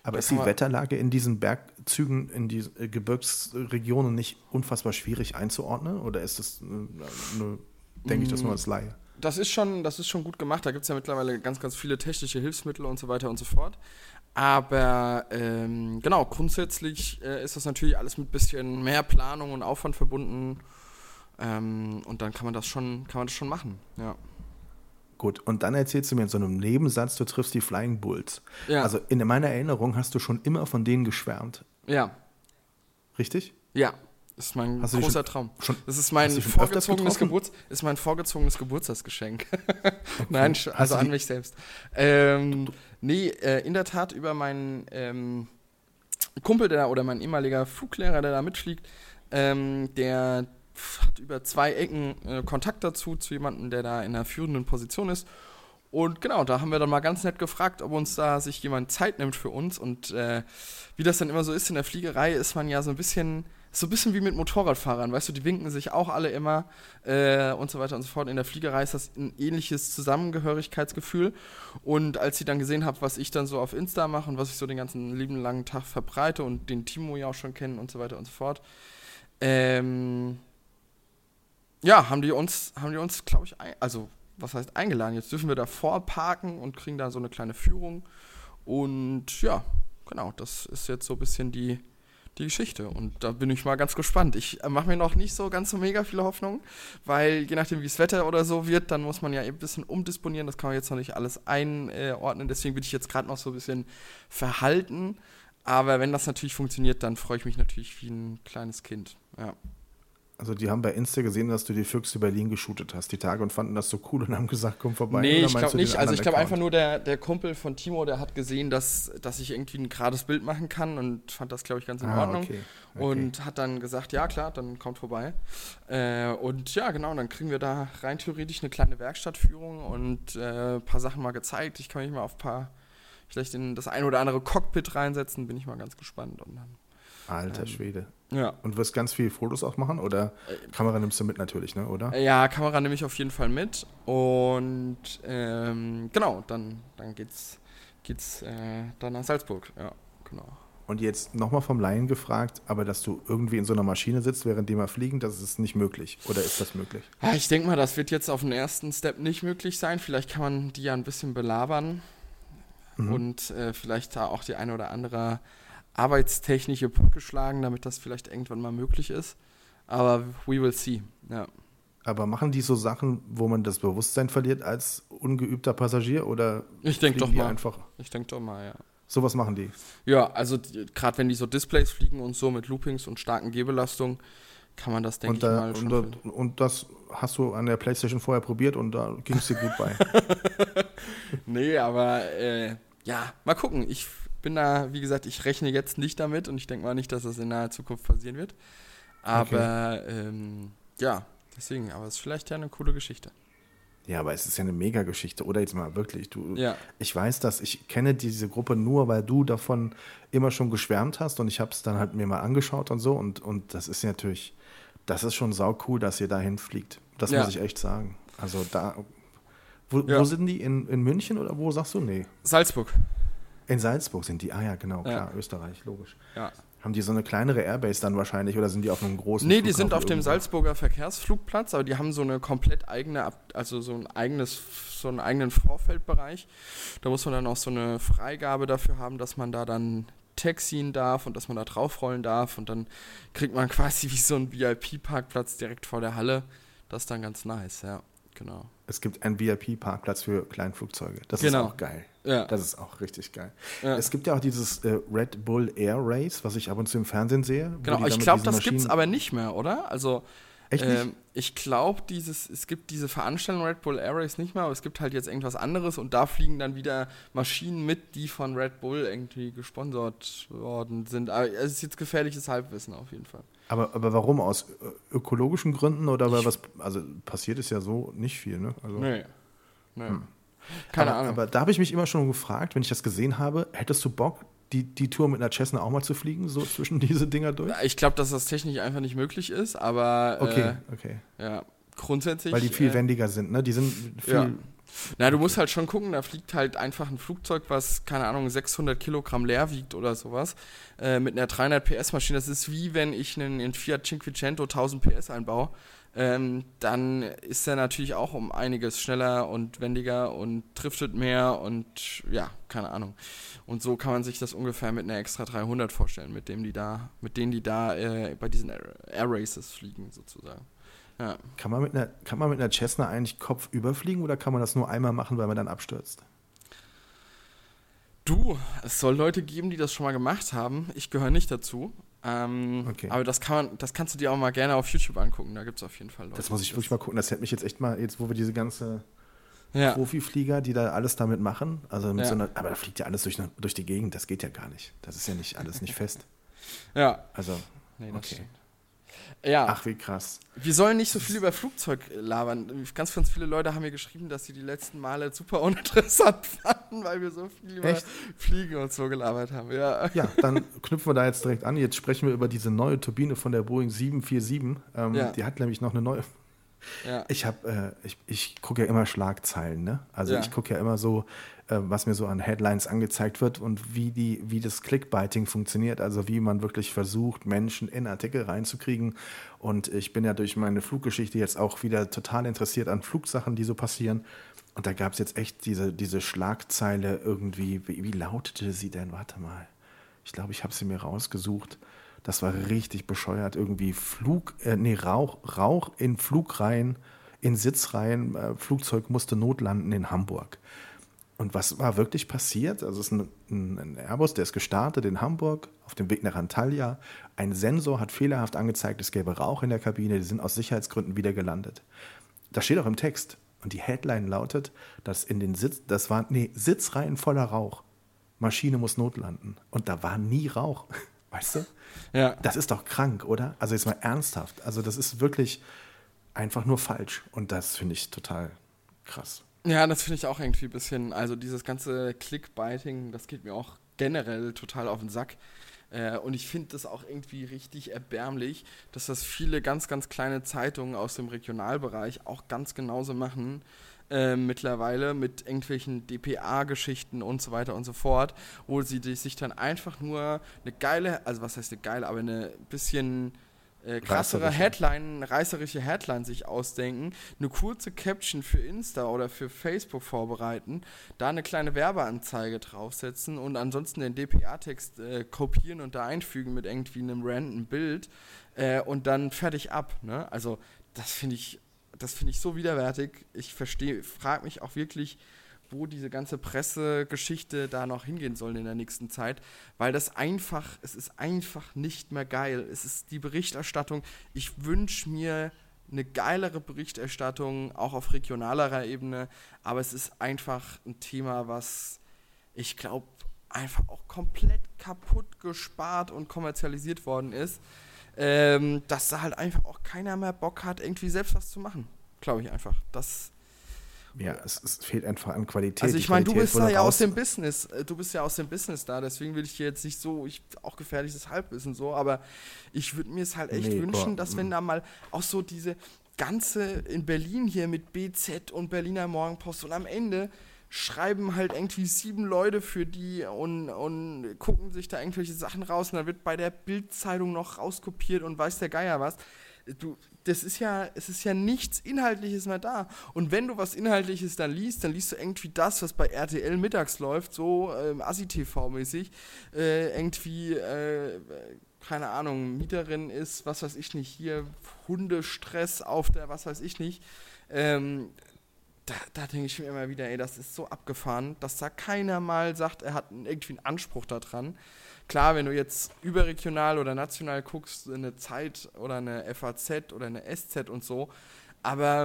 Aber Das ist die kann man- Wetterlage in diesen Bergzügen, in diesen äh, Gebirgsregionen nicht unfassbar schwierig einzuordnen? Oder ist das, äh, nur, denke ich das nur als Laie? Das ist schon, das ist schon gut gemacht. Da gibt es ja mittlerweile ganz, ganz viele technische Hilfsmittel und so weiter und so fort. Aber ähm, genau, grundsätzlich äh, ist das natürlich alles mit ein bisschen mehr Planung und Aufwand verbunden. Ähm, und dann kann man das schon, kann man das schon machen. Ja. Gut, und dann erzählst du mir in so einem Nebensatz, du triffst die Flying Bulls. Ja. Also in meiner Erinnerung hast du schon immer von denen geschwärmt. Ja. Richtig? Ja. Das ist mein Hast du die großer schon- Traum. schon- Das ist mein hast du die schon öfters vorgezogenes getroffen? Geburts, ist mein vorgezogenes Geburtstagsgeschenk. Nein, sch- Hast also du an die- mich selbst. Ähm, nee, äh, in der Tat über meinen ähm, Kumpel, der oder mein ehemaliger Fluglehrer, der da mitfliegt, ähm, der hat über zwei Ecken äh, Kontakt dazu, zu jemandem, der da in einer führenden Position ist. Und genau, da haben wir dann mal ganz nett gefragt, ob uns da sich jemand Zeit nimmt für uns. Und äh, wie das dann immer so ist in der Fliegerei, ist man ja so ein bisschen, so ein bisschen wie mit Motorradfahrern, weißt du, die winken sich auch alle immer äh, und so weiter und so fort. In der Fliegerei ist das ein ähnliches Zusammengehörigkeitsgefühl. Und als sie dann gesehen habe, was ich dann so auf Insta mache und was ich so den ganzen lieben langen Tag verbreite und den Timo ja auch schon kennen und so weiter und so fort, ähm, ja, haben die uns, haben die uns, glaube ich, ein, also was heißt eingeladen? Jetzt dürfen wir davor parken und kriegen da so eine kleine Führung. Und ja, genau, das ist jetzt so ein bisschen die, die Geschichte. Und da bin ich mal ganz gespannt. Ich äh, mache mir noch nicht so ganz so mega viele Hoffnungen, weil je nachdem, wie das Wetter oder so wird, dann muss man ja ein bisschen umdisponieren. Das kann man jetzt noch nicht alles einordnen. Deswegen bin ich jetzt gerade noch so ein bisschen verhalten. Aber wenn das natürlich funktioniert, dann freue ich mich natürlich wie ein kleines Kind. Ja. Also die haben bei Insta gesehen, dass du die Füchse Berlin geshootet hast, die Tage, und fanden das so cool und haben gesagt, komm vorbei. Nee, Oder ich meinst glaube du den nicht. Also ich anderen glaube einfach Account? nur, der, der Kumpel von Timo, der hat gesehen, dass, dass ich irgendwie ein gerades Bild machen kann und fand das, glaube ich, ganz in Ah, Ordnung. okay, okay. Und hat dann gesagt, ja klar, dann kommt vorbei. Äh, und ja, genau, dann kriegen wir da rein theoretisch eine kleine Werkstattführung und äh, ein paar Sachen mal gezeigt. Ich kann mich mal auf ein paar, vielleicht in das ein oder andere Cockpit reinsetzen, bin ich mal ganz gespannt. Und dann, Alter ähm, Schwede. ja. Und wirst ganz viele Fotos auch machen? Oder Kamera nimmst du mit natürlich, ne? Oder? Ja, Kamera nehme ich auf jeden Fall mit. Und ähm, genau, dann, dann geht's, geht's äh, dann nach Salzburg. Ja, genau. Und jetzt nochmal vom Laien gefragt, aber dass du irgendwie in so einer Maschine sitzt, während die mal fliegen, das ist nicht möglich. Oder ist das möglich? Ja, ich denke mal, das wird jetzt auf den ersten Step nicht möglich sein. Vielleicht kann man die ja ein bisschen belabern Mhm. und äh, vielleicht da auch die eine oder andere arbeitstechnische Brücke schlagen, damit das vielleicht irgendwann mal möglich ist. Aber we will see. Ja. Aber machen die so Sachen, wo man das Bewusstsein verliert als ungeübter Passagier? Oder Ich denke fliegen doch die mal. einfach? Ich denke doch mal, ja. Sowas machen die. Ja, also gerade wenn die so Displays fliegen und so mit Loopings und starken Gehbelastungen, kann man das, denke Und, ich da, mal, schon. und, da, und das hast du an der PlayStation vorher probiert und da ging es dir gut bei. Nee, aber äh, ja, mal gucken. Ich bin da, wie gesagt, ich rechne jetzt nicht damit und ich denke mal nicht, dass das in naher Zukunft passieren wird. Aber ähm, ja, deswegen, aber es ist vielleicht ja eine coole Geschichte. Ja, aber es ist ja eine Mega-Geschichte, oder jetzt mal wirklich. Du, Ja. Ich weiß das, ich kenne diese Gruppe nur, weil du davon immer schon geschwärmt hast und ich habe es dann halt mir mal angeschaut und so und, und das ist natürlich, das ist schon sau cool, dass ihr dahin fliegt. Das Ja. muss ich echt sagen. Also da, wo, Ja. wo sind die? In, in München oder wo sagst du? Nee. Salzburg. In Salzburg sind die, ah ja, genau, Ja. klar, Österreich, logisch. Ja. Haben die so eine kleinere Airbase dann wahrscheinlich oder sind die auf einem großen Nee, die Flughafen sind auf dem irgendwo? Salzburger Verkehrsflugplatz, aber die haben so eine komplett eigene, Ab- also so ein eigenes, so einen eigenen Vorfeldbereich. Da muss man dann auch so eine Freigabe dafür haben, dass man da dann taxien darf und dass man da draufrollen darf und dann kriegt man quasi wie so einen V I P-Parkplatz direkt vor der Halle. Das ist dann ganz nice, ja, genau. Es gibt einen V I P-Parkplatz für Kleinflugzeuge. Das Genau. ist auch geil. Ja. Das ist auch richtig geil. Ja. Es gibt ja auch dieses äh, Red Bull Air Race, was ich ab und zu im Fernsehen sehe. wo Genau, die ich dann mit glaube, diesen das Maschinen- gibt's aber nicht mehr, oder? Also, Echt nicht? ähm, ich glaube, dieses, es gibt diese Veranstaltung Red Bull Air Race nicht mehr, aber es gibt halt jetzt irgendwas anderes und da fliegen dann wieder Maschinen mit, die von Red Bull irgendwie gesponsert worden sind. Aber es ist jetzt gefährliches Halbwissen auf jeden Fall. Aber, aber warum? Aus äh, ökologischen Gründen oder weil was, also passiert ist ja so nicht viel, ne? Also, Nee. nee. Keine aber, Ahnung. aber da habe ich mich immer schon gefragt, wenn ich das gesehen habe, hättest du Bock, die, die Tour mit einer Cessna auch mal zu fliegen, so zwischen diese Dinger durch? ich glaube, dass das technisch einfach nicht möglich ist, aber Okay, äh, okay. ja, grundsätzlich. Weil die viel äh, wendiger sind, ne? Die sind viel, Ja. Na, du musst halt schon gucken, da fliegt halt einfach ein Flugzeug, was, keine Ahnung, sechshundert Kilogramm leer wiegt oder sowas, äh, mit einer dreihundert P S Maschine. Das ist wie wenn ich einen, einen Fiat Cinquecento tausend P S einbaue. Ähm, dann ist er natürlich auch um einiges schneller und wendiger und driftet mehr und ja, keine Ahnung. Und so kann man sich das ungefähr mit einer Extra dreihundert vorstellen, mit dem die da, mit denen die da äh, bei diesen Air, Air Races fliegen sozusagen. Ja. Kann man mit einer, kann man mit einer Cessna eigentlich kopfüber fliegen oder kann man das nur einmal machen, weil man dann abstürzt? Du, es soll Leute geben, die das schon mal gemacht haben. Ich gehöre nicht dazu. Ähm, okay. Aber das kann man, das kannst du dir auch mal gerne auf YouTube angucken. Da gibt es auf jeden Fall Leute. Das muss ich wirklich mal gucken. Das hätte mich jetzt echt mal, jetzt wo wir diese ganze ja. Profiflieger, die da alles damit machen, also mit ja. so einer, aber da fliegt ja alles durch, durch die Gegend. Das geht ja gar nicht. Das ist ja nicht alles nicht fest. Ja. Also, nee, das okay. stimmt. Ja. Ach, wie krass. Wir sollen nicht so viel über Flugzeug labern. Ganz, ganz viele Leute haben mir geschrieben, dass sie die letzten Male super uninteressant fanden, weil wir so viel über Echt? Fliegen und so gelabert haben. Ja. Ja, dann knüpfen wir da jetzt direkt an. Jetzt sprechen wir über diese neue Turbine von der Boeing sieben vier sieben. Ähm, Ja. Die hat nämlich noch eine neue. Ja. Ich habe, äh, ich, ich gucke ja immer Schlagzeilen, ne? Also Ja. ich gucke ja immer so, äh, was mir so an Headlines angezeigt wird und wie die, wie das Clickbaiting funktioniert, also wie man wirklich versucht, Menschen in Artikel reinzukriegen. Und ich bin ja durch meine Fluggeschichte jetzt auch wieder total interessiert an Flugsachen, die so passieren. Und da gab es jetzt echt diese, diese Schlagzeile irgendwie, wie, wie lautete sie denn? Warte mal. Ich glaube, ich habe sie mir rausgesucht. Das war richtig bescheuert. Irgendwie Flug, äh, nee, Rauch, Rauch in Flugreihen, in Sitzreihen. Äh, Flugzeug musste notlanden in Hamburg. Und was war wirklich passiert? Also es ist ein, ein, ein Airbus, der ist gestartet in Hamburg auf dem Weg nach Antalya. Ein Sensor hat fehlerhaft angezeigt, es gäbe Rauch in der Kabine. Die sind aus Sicherheitsgründen wieder gelandet. Das steht auch im Text. Und die Headline lautet, dass in den Sitz, das waren, nee, Sitzreihen voller Rauch. Maschine muss notlanden. Und da war nie Rauch. Weißt du? Ja. Das ist doch krank, oder? Also jetzt mal ernsthaft. Also das ist wirklich einfach nur falsch. Und das finde ich total krass. Ja, das finde ich auch irgendwie ein bisschen, also dieses ganze Clickbaiting, das geht mir auch generell total auf den Sack. Äh, und ich finde das auch irgendwie richtig erbärmlich, dass das viele ganz, ganz kleine Zeitungen aus dem Regionalbereich auch ganz genauso machen. Äh, mittlerweile mit irgendwelchen D P A-Geschichten und so weiter und so fort, wo sie die, sich dann einfach nur eine geile, also was heißt eine geile, aber eine bisschen äh, krassere Reißerische. Headline, reißerische Headline sich ausdenken, eine kurze Caption für Insta oder für Facebook vorbereiten, da eine kleine Werbeanzeige draufsetzen und ansonsten den D P A-Text äh, kopieren und da einfügen mit irgendwie einem random Bild äh, und dann fertig ab. Ne? Also das finde ich Das finde ich so widerwärtig. Ich verstehe, frage mich auch wirklich, wo diese ganze Pressegeschichte da noch hingehen soll in der nächsten Zeit, weil das einfach, es ist einfach nicht mehr geil. Es ist die Berichterstattung. Ich wünsche mir eine geilere Berichterstattung, auch auf regionalerer Ebene, aber es ist einfach ein Thema, was ich glaube, einfach auch komplett kaputt gespart und kommerzialisiert worden ist. Ähm, dass da halt einfach auch keiner mehr Bock hat, irgendwie selbst was zu machen. Glaube ich einfach. Das Ja, es, es fehlt einfach an Qualität. also Die ich meine, du Qualität bist da wurde ja raus- aus dem Business, äh, du bist ja aus dem Business da, deswegen will ich dir jetzt nicht so, ich auch gefährliches Halbwissen so, aber ich würde mir es halt echt Nee, wünschen, boah, dass wenn da mal auch so diese ganze in Berlin hier mit B Z und Berliner Morgenpost und am Ende schreiben halt irgendwie sieben Leute für die und, und gucken sich da irgendwelche Sachen raus und dann wird bei der Bild-Zeitung noch rauskopiert und weiß der Geier was. Du, das ist ja, es ist ja nichts Inhaltliches mehr da. Und wenn du was Inhaltliches dann liest, dann liest du irgendwie das, was bei R T L mittags läuft, so ähm, Assi T V-mäßig, äh, irgendwie, äh, keine Ahnung, Mieterin ist, was weiß ich nicht, hier Hundestress auf der, was weiß ich nicht, ähm, Da, da denke ich mir immer wieder, ey, das ist so abgefahren, dass da keiner mal sagt, er hat irgendwie einen Anspruch daran. Klar, wenn du jetzt überregional oder national guckst, eine Zeit oder eine F A Z oder eine S Z und so, aber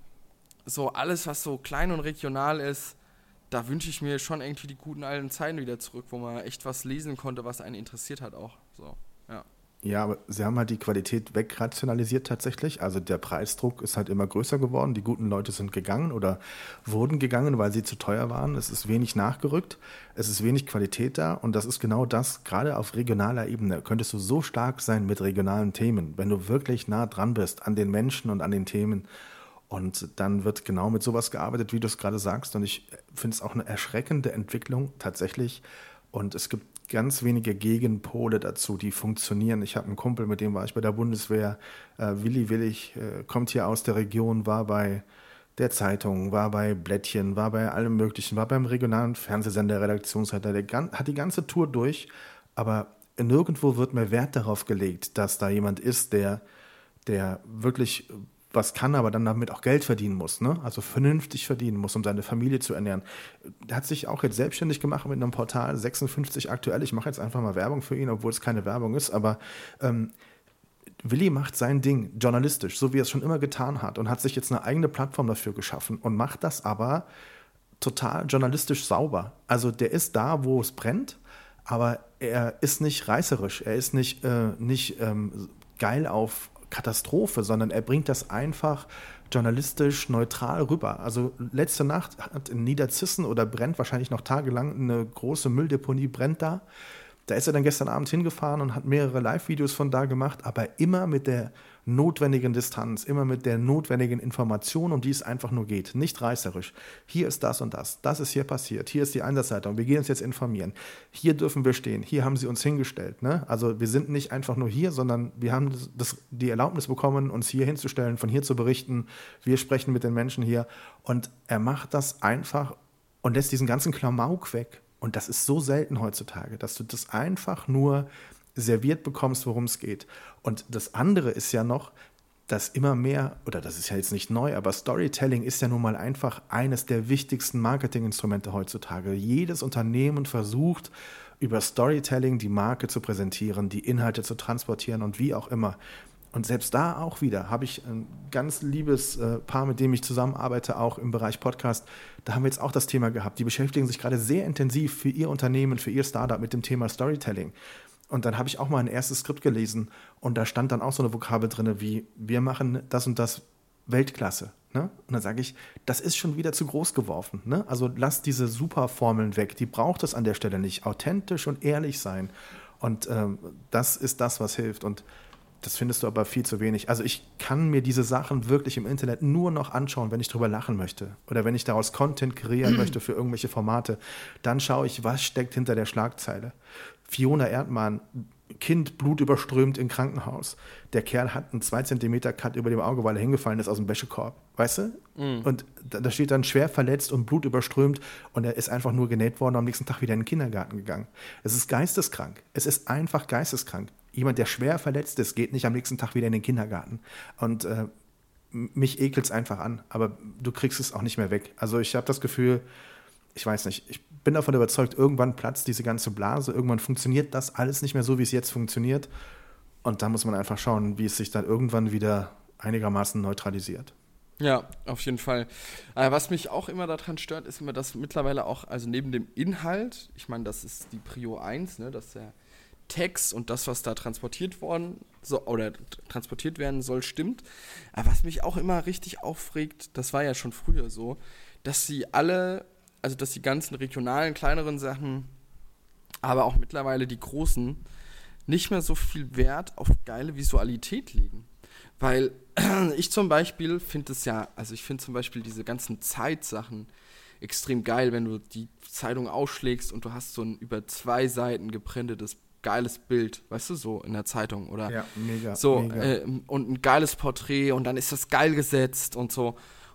so alles, was so klein und regional ist, da wünsche ich mir schon irgendwie die guten alten Zeiten wieder zurück, wo man echt was lesen konnte, was einen interessiert hat auch. So, ja. Ja, aber sie haben halt die Qualität wegrationalisiert tatsächlich. Also der Preisdruck ist halt immer größer geworden. Die guten Leute sind gegangen oder wurden gegangen, weil sie zu teuer waren. Es ist wenig nachgerückt, es ist wenig Qualität da und das ist genau das, gerade auf regionaler Ebene könntest du so stark sein mit regionalen Themen, wenn du wirklich nah dran bist an den Menschen und an den Themen Und dann wird genau mit sowas gearbeitet, wie du es gerade sagst. Und ich finde es auch eine erschreckende Entwicklung tatsächlich. Und es gibt ganz wenige Gegenpole dazu, die funktionieren. Ich habe einen Kumpel, mit dem war ich bei der Bundeswehr. Äh, Willi Willig äh, kommt hier aus der Region, war bei der Zeitung, war bei Blättchen, war bei allem Möglichen, war beim regionalen Fernsehsender, Redaktionsleiter. Der gan- hat die ganze Tour durch. Aber nirgendwo wird mehr Wert darauf gelegt, dass da jemand ist, der, der wirklich was kann, aber dann damit auch Geld verdienen muss, ne? Also vernünftig verdienen muss, um seine Familie zu ernähren. Der hat sich auch jetzt selbstständig gemacht mit einem Portal sechsundfünfzig aktuell. Ich mache jetzt einfach mal Werbung für ihn, obwohl es keine Werbung ist, aber ähm, Willi macht sein Ding journalistisch, so wie er es schon immer getan hat und hat sich jetzt eine eigene Plattform dafür geschaffen und macht das aber total journalistisch sauber. Also der ist da, wo es brennt, aber er ist nicht reißerisch, er ist nicht, äh, nicht ähm, geil auf Katastrophe, sondern er bringt das einfach journalistisch neutral rüber. Also letzte Nacht hat in Niederzissen oder brennt wahrscheinlich noch tagelang eine große Mülldeponie, brennt da. Da ist er dann gestern Abend hingefahren und hat mehrere Live-Videos von da gemacht, aber immer mit der notwendigen Distanz, immer mit der notwendigen Information, um die es einfach nur geht. Nicht reißerisch. Hier ist das und das. Das ist hier passiert. Hier ist die Einsatzleitung. Wir gehen uns jetzt informieren. Hier dürfen wir stehen. Hier haben sie uns hingestellt. Ne? Also wir sind nicht einfach nur hier, sondern wir haben das, das, die Erlaubnis bekommen, uns hier hinzustellen, von hier zu berichten. Wir sprechen mit den Menschen hier. Und er macht das einfach und lässt diesen ganzen Klamauk weg. Und das ist so selten heutzutage, dass du das einfach nur serviert bekommst, worum es geht. Und das andere ist ja noch, dass immer mehr, oder das ist ja jetzt nicht neu, aber Storytelling ist ja nun mal einfach eines der wichtigsten Marketinginstrumente heutzutage. Jedes Unternehmen versucht, über Storytelling die Marke zu präsentieren, die Inhalte zu transportieren und wie auch immer. Und selbst da auch wieder habe ich ein ganz liebes äh, Paar, mit dem ich zusammenarbeite, auch im Bereich Podcast. Da haben wir jetzt auch das Thema gehabt. Die beschäftigen sich gerade sehr intensiv für ihr Unternehmen, für ihr Startup mit dem Thema Storytelling. Und dann habe ich auch mal ein erstes Skript gelesen und da stand dann auch so eine Vokabel drin wie, wir machen das und das Weltklasse. Ne? Und dann sage ich, das ist schon wieder zu groß geworfen. Ne? Also lass diese Superformeln weg, die braucht es an der Stelle nicht. Authentisch und ehrlich sein. Und ähm, das ist das, was hilft. Und das findest du aber viel zu wenig. Also ich kann mir diese Sachen wirklich im Internet nur noch anschauen, wenn ich drüber lachen möchte. Oder wenn ich daraus Content kreieren möchte für irgendwelche Formate. Dann schaue ich, was steckt hinter der Schlagzeile. Fiona Erdmann, Kind blutüberströmt im Krankenhaus. Der Kerl hat einen zwei Zentimeter Cut über dem Auge, weil er hingefallen ist aus dem Wäschekorb. Weißt du? Mm. Und da, da steht dann schwer verletzt und blutüberströmt und er ist einfach nur genäht worden und am nächsten Tag wieder in den Kindergarten gegangen. Es ist geisteskrank. Es ist einfach geisteskrank. Jemand, der schwer verletzt ist, geht nicht am nächsten Tag wieder in den Kindergarten. Und äh, mich ekelt es einfach an. Aber du kriegst es auch nicht mehr weg. Also ich habe das Gefühl, ich weiß nicht, ich bin davon überzeugt, irgendwann platzt diese ganze Blase, irgendwann funktioniert das alles nicht mehr so, wie es jetzt funktioniert. Und da muss man einfach schauen, wie es sich dann irgendwann wieder einigermaßen neutralisiert. Ja, auf jeden Fall. Äh, was mich auch immer daran stört, ist immer, dass mittlerweile auch, also neben dem Inhalt, ich meine, das ist die Prio eins, ne, dass der Text und das, was da transportiert worden so, oder transportiert werden soll, stimmt. Aber was mich auch immer richtig aufregt, das war ja schon früher so, dass sie alle, also dass die ganzen regionalen, kleineren Sachen, aber auch mittlerweile die großen, nicht mehr so viel Wert auf geile Visualität legen. Weil ich zum Beispiel finde es ja, also ich finde zum Beispiel diese ganzen Zeitsachen extrem geil, wenn du die Zeitung ausschlägst und du hast so ein über zwei Seiten geprintetes geiles Bild, weißt du, so in der Zeitung oder ja, mega, so mega. Äh, und ein geiles Porträt und dann ist das geil gesetzt und so.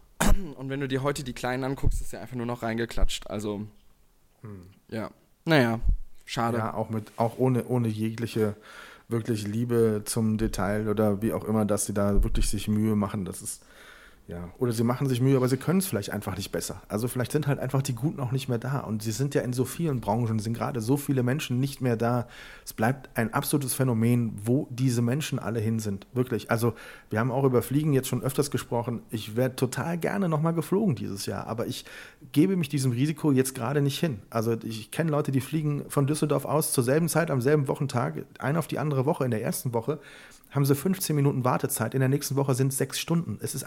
Und wenn du dir heute die Kleinen anguckst, ist ja einfach nur noch reingeklatscht. Also, hm. ja, naja, schade. Ja, auch, mit, auch ohne, ohne jegliche wirklich Liebe zum Detail oder wie auch immer, dass sie da wirklich sich Mühe machen, das ist, ja, oder sie machen sich Mühe, aber sie können es vielleicht einfach nicht besser. Also vielleicht sind halt einfach die Guten auch nicht mehr da und sie sind ja in so vielen Branchen, sind gerade so viele Menschen nicht mehr da. Es bleibt ein absolutes Phänomen, wo diese Menschen alle hin sind, wirklich. Also wir haben auch über Fliegen jetzt schon öfters gesprochen. Ich wäre total gerne nochmal geflogen dieses Jahr, aber ich gebe mich diesem Risiko jetzt gerade nicht hin. Also ich kenne Leute, die fliegen von Düsseldorf aus zur selben Zeit, am selben Wochentag, eine auf die andere Woche, in der ersten Woche haben sie fünfzehn Minuten Wartezeit, in der nächsten Woche sind es sechs Stunden. Es ist einfach völlig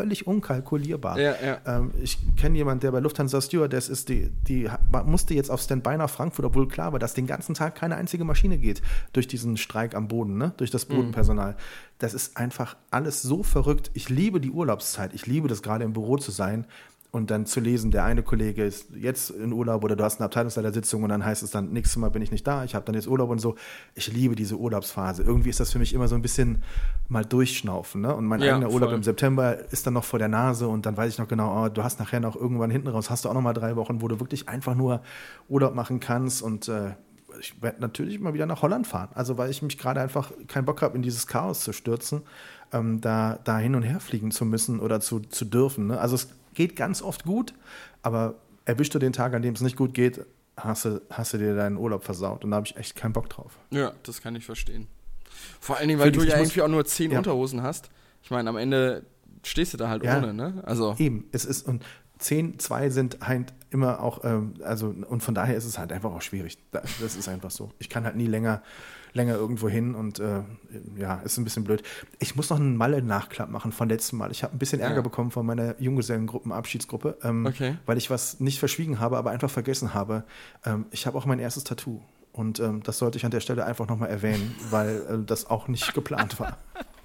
völlig unkalkulierbar. Ja, ja. Ähm, ich kenne jemanden, der bei Lufthansa Stewardess ist, die, die musste jetzt auf Standby nach Frankfurt, obwohl klar war, dass den ganzen Tag keine einzige Maschine geht durch diesen Streik am Boden, ne? Durch das Bodenpersonal. Mhm. Das ist einfach alles so verrückt. Ich liebe die Urlaubszeit. Ich liebe das, gerade im Büro zu sein und dann zu lesen, der eine Kollege ist jetzt in Urlaub oder du hast eine Abteilungsleitersitzung und dann heißt es dann, nächstes Mal bin ich nicht da, ich habe dann jetzt Urlaub und so. Ich liebe diese Urlaubsphase. Irgendwie ist das für mich immer so ein bisschen mal durchschnaufen. Ne? Und mein ja, eigener Urlaub voll. Im September ist dann noch vor der Nase und dann weiß ich noch genau, oh, du hast nachher noch irgendwann hinten raus, hast du auch noch mal drei Wochen, wo du wirklich einfach nur Urlaub machen kannst und äh, ich werde natürlich mal wieder nach Holland fahren. Also weil ich mich gerade einfach keinen Bock habe, in dieses Chaos zu stürzen, ähm, da, da hin und her fliegen zu müssen oder zu, zu dürfen. Ne? Also es geht ganz oft gut, aber erwischst du den Tag, an dem es nicht gut geht, hast du, hast du dir deinen Urlaub versaut. Und da habe ich echt keinen Bock drauf. Ja, das kann ich verstehen. Vor allen Dingen, weil Felix, du ja irgendwie auch nur zehn ja. Unterhosen hast. Ich meine, am Ende stehst du da halt ja. ohne, ne? Also eben, es ist, und zehn, zwei sind halt immer auch, ähm, also, und von daher ist es halt einfach auch schwierig. Das ist einfach so. Ich kann halt nie länger, länger irgendwo hin und äh, ja, ist ein bisschen blöd. Ich muss noch einen Malle-Nachklapp machen von letztem Mal. Ich habe ein bisschen Ärger ja. bekommen von meiner Junggesellengruppen-Abschiedsgruppe, ähm, okay. weil ich was nicht verschwiegen habe, aber einfach vergessen habe. Ähm, ich habe auch mein erstes Tattoo und ähm, das sollte ich an der Stelle einfach nochmal erwähnen, weil äh, das auch nicht geplant war.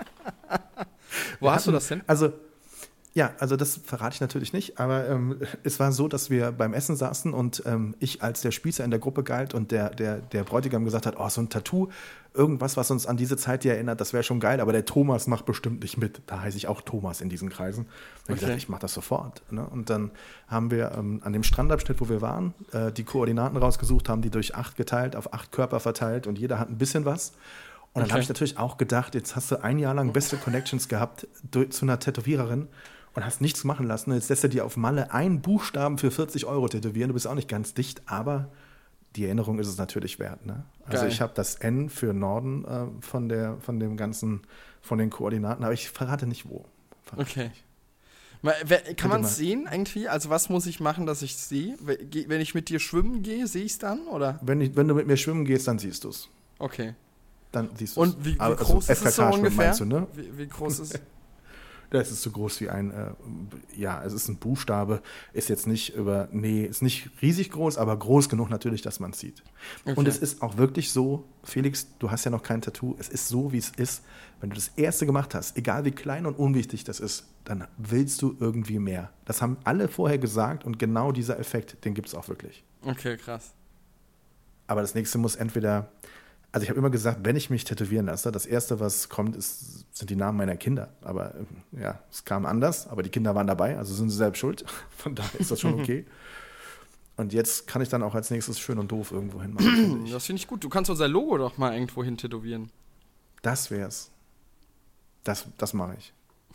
Wo Wir hast hatten, du das denn? Also Ja, also das verrate ich natürlich nicht, aber ähm, es war so, dass wir beim Essen saßen und ähm, ich als der Spießer in der Gruppe galt und der, der, der Bräutigam gesagt hat, oh, so ein Tattoo, irgendwas, was uns an diese Zeit hier erinnert, das wäre schon geil, aber der Thomas macht bestimmt nicht mit. Da heiße ich auch Thomas in diesen Kreisen. Da habe ich gesagt, ich mache das sofort. Ne? Und dann haben wir ähm, an dem Strandabschnitt, wo wir waren, äh, die Koordinaten rausgesucht, haben die durch acht geteilt, auf acht Körper verteilt und jeder hat ein bisschen was. Und dann okay. habe ich natürlich auch gedacht, jetzt hast du ein Jahr lang beste Connections gehabt durch, zu einer Tätowiererin und hast nichts machen lassen. Jetzt lässt er dir auf Malle einen Buchstaben für vierzig Euro tätowieren. Du bist auch nicht ganz dicht, aber die Erinnerung ist es natürlich wert. Ne? Also Geil. Ich habe das N für Norden äh, von, der, von dem ganzen, von den Koordinaten, aber ich verrate nicht wo. Verrate okay. Nicht. Mal, wer, kann man es sehen irgendwie? Also was muss ich machen, dass ich es sehe? Wenn ich mit dir schwimmen gehe, sehe ich es dann? Oder? Wenn, ich, wenn du mit mir schwimmen gehst, dann siehst du es. Okay. Dann siehst du es. Und wie, wie groß also ist es so ungefähr? Meinst du, ne? wie, wie groß ist es? Das ist so groß wie ein, äh, ja, es ist ein Buchstabe, ist jetzt nicht über, nee, ist nicht riesig groß, aber groß genug natürlich, dass man es sieht. Okay. Und es ist auch wirklich so, Felix, du hast ja noch kein Tattoo, es ist so, wie es ist. Wenn du das erste gemacht hast, egal wie klein und unwichtig das ist, dann willst du irgendwie mehr. Das haben alle vorher gesagt und genau dieser Effekt, den gibt es auch wirklich. Okay, krass. Aber das nächste muss entweder... Also ich habe immer gesagt, wenn ich mich tätowieren lasse, das Erste, was kommt, ist, sind die Namen meiner Kinder. Aber ja, es kam anders, aber die Kinder waren dabei, also sind sie selbst schuld. Von daher ist das schon okay. Und jetzt kann ich dann auch als nächstes schön und doof irgendwo hin machen. Find ich. Das finde ich gut. Du kannst unser Logo doch mal irgendwo hin tätowieren. Das wär's. Das, das mache ich.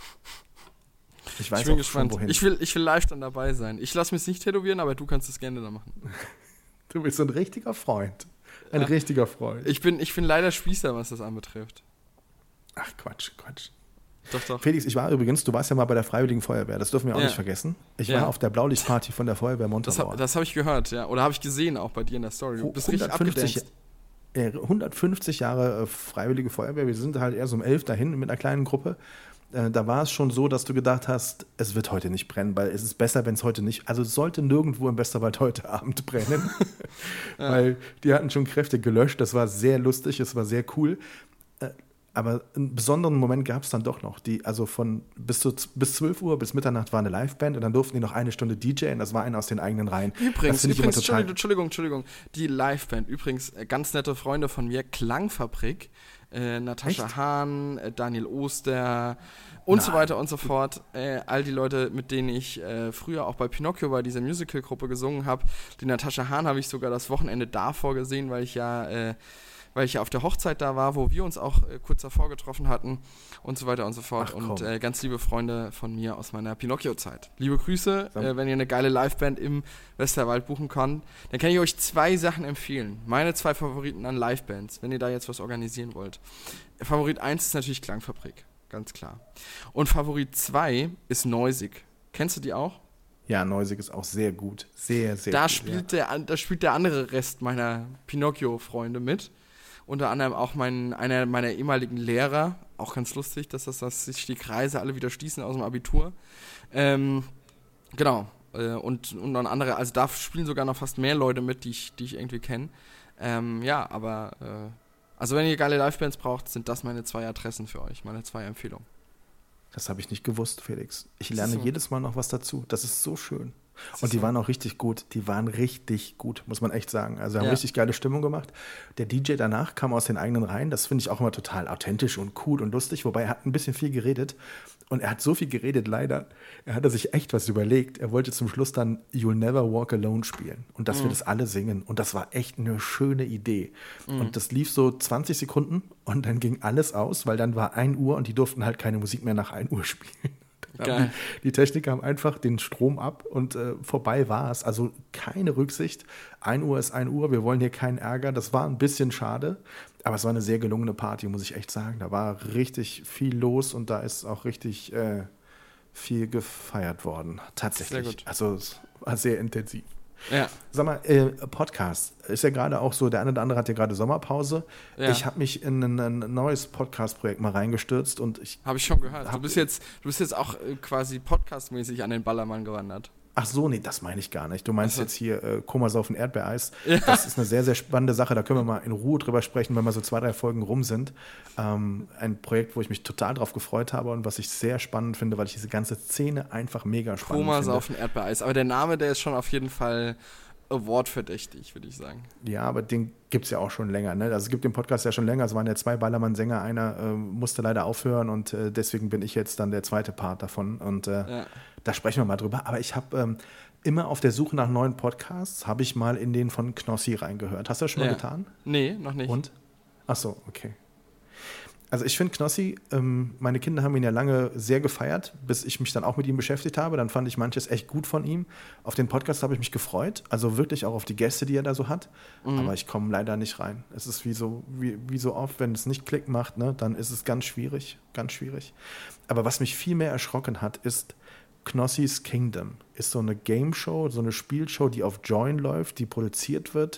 Ich weiß ich bin auch gespannt. schon, wohin. Ich will, ich will live dann dabei sein. Ich lasse mich nicht tätowieren, aber du kannst es gerne da machen. Du bist so ein richtiger Freund. Ein ja. richtiger Freund. Ich bin, ich bin leider Spießer, was das anbetrifft. Ach, Quatsch, Quatsch. Doch, doch. Felix, ich war übrigens, du warst ja mal bei der Freiwilligen Feuerwehr, das dürfen wir auch ja. nicht vergessen. Ich ja. war auf der Blaulichtparty von der Feuerwehr Montabaur. Das, das habe ich gehört, ja. Oder habe ich gesehen auch bei dir in der Story. Du bist richtig abgedanced. Äh, hundertfünfzig Jahre äh, Freiwillige Feuerwehr, wir sind halt eher so um elf dahin mit einer kleinen Gruppe. Äh, da war es schon so, dass du gedacht hast, es wird heute nicht brennen, weil es ist besser, wenn es heute nicht, also es sollte nirgendwo im Westerwald heute Abend brennen, ja. weil die hatten schon kräftig gelöscht, das war sehr lustig, es war sehr cool, äh, aber einen besonderen Moment gab es dann doch noch, die, also von bis, zu, bis zwölf Uhr bis Mitternacht war eine Liveband und dann durften die noch eine Stunde D J und das war einer aus den eigenen Reihen. Übrigens, übrigens Entschuldigung, Entschuldigung, Entschuldigung, die Liveband, übrigens ganz nette Freunde von mir, Klangfabrik, Äh, Natascha Echt? Hahn, äh, Daniel Oster und Nein. so weiter und so fort. Äh, all die Leute, mit denen ich äh, früher auch bei Pinocchio bei dieser Musical-Gruppe gesungen habe. Die Natascha Hahn habe ich sogar das Wochenende davor gesehen, weil ich ja äh, weil ich ja auf der Hochzeit da war, wo wir uns auch äh, kurz davor getroffen hatten und so weiter und so fort. Ach, und äh, ganz liebe Freunde von mir aus meiner Pinocchio-Zeit. Liebe Grüße, äh, wenn ihr eine geile Liveband im Westerwald buchen könnt, dann kann ich euch zwei Sachen empfehlen. Meine zwei Favoriten an Livebands, wenn ihr da jetzt was organisieren wollt. Favorit eins ist natürlich Klangfabrik, ganz klar. Und Favorit zwei ist Neusig. Kennst du die auch? Ja, Neusig ist auch sehr gut. Sehr, sehr da gut. Spielt ja. der, da spielt der andere Rest meiner Pinocchio-Freunde mit. unter anderem auch mein, einer meiner ehemaligen Lehrer, auch ganz lustig, dass, das, dass sich die Kreise alle wieder schließen aus dem Abitur. Ähm, genau, äh, und, und dann andere, also da spielen sogar noch fast mehr Leute mit, die ich, die ich irgendwie kenne. Ähm, ja, aber, äh, also wenn ihr geile Livebands braucht, sind das meine zwei Adressen für euch, meine zwei Empfehlungen. Das habe ich nicht gewusst, Felix. Ich lerne so. jedes Mal noch was dazu. Das ist so schön. Das Und die so. waren auch richtig gut. Die waren richtig gut, muss man echt sagen. Also haben Ja. richtig geile Stimmung gemacht. Der D J danach kam aus den eigenen Reihen. Das finde ich auch immer total authentisch und cool und lustig. Wobei er hat ein bisschen viel geredet. Und er hat so viel geredet, leider. Er hatte sich echt was überlegt. Er wollte zum Schluss dann You'll Never Walk Alone spielen. Und dass mhm. wir das alle singen. Und das war echt eine schöne Idee. Mhm. Und das lief so zwanzig Sekunden und dann ging alles aus, weil dann war ein Uhr und die durften halt keine Musik mehr nach ein Uhr spielen. Geil. Die, die Techniker haben einfach den Strom ab und äh, vorbei war es. Also keine Rücksicht. ein Uhr ist ein Uhr, wir wollen hier keinen Ärger. Das war ein bisschen schade, aber es war eine sehr gelungene Party, muss ich echt sagen. Da war richtig viel los und da ist auch richtig äh, viel gefeiert worden. Tatsächlich. Sehr gut. Also es war sehr intensiv. Ja. Sag mal, äh, Podcast ist ja gerade auch so, der eine oder andere hat ja gerade Sommerpause. Ja. Ich habe mich in ein, ein neues Podcast-Projekt mal reingestürzt und ich... Habe ich schon gehört. Du bist jetzt, du bist jetzt auch äh, quasi podcastmäßig an den Ballermann gewandert. Ach so, nee, das meine ich gar nicht. Du meinst also. jetzt hier äh, Komasaufen Erdbeereis. Ja. Das ist eine sehr, sehr spannende Sache. Da können wir mal in Ruhe drüber sprechen, wenn mal so zwei, drei Folgen rum sind. Ähm, ein Projekt, wo ich mich total drauf gefreut habe und was ich sehr spannend finde, weil ich diese ganze Szene einfach mega spannend finde. Komasaufen Erdbeereis. Aber der Name, der ist schon auf jeden Fall awardverdächtig, würde ich sagen. Ja, aber den gibt es ja auch schon länger. Ne? Also es gibt den Podcast ja schon länger. Es waren ja zwei Ballermann-Sänger. Einer äh, musste leider aufhören und äh, deswegen bin ich jetzt dann der zweite Part davon. Und äh, ja. da sprechen wir mal drüber. Aber ich habe ähm, immer auf der Suche nach neuen Podcasts, habe ich mal in den von Knossi reingehört. Hast du das schon ja. mal getan? Nee, noch nicht. Und? Ach so, okay. Also ich finde Knossi, ähm, meine Kinder haben ihn ja lange sehr gefeiert, bis ich mich dann auch mit ihm beschäftigt habe. Dann fand ich manches echt gut von ihm. Auf den Podcast habe ich mich gefreut, also wirklich auch auf die Gäste, die er da so hat. Mhm. Aber ich komme leider nicht rein. Es ist wie so, wie, wie so oft, wenn es nicht Klick macht, ne, dann ist es ganz schwierig, ganz schwierig. Aber was mich viel mehr erschrocken hat, ist Knossis Kingdom. Ist so eine Game-Show, so eine Spielshow, die auf Join läuft, die produziert wird.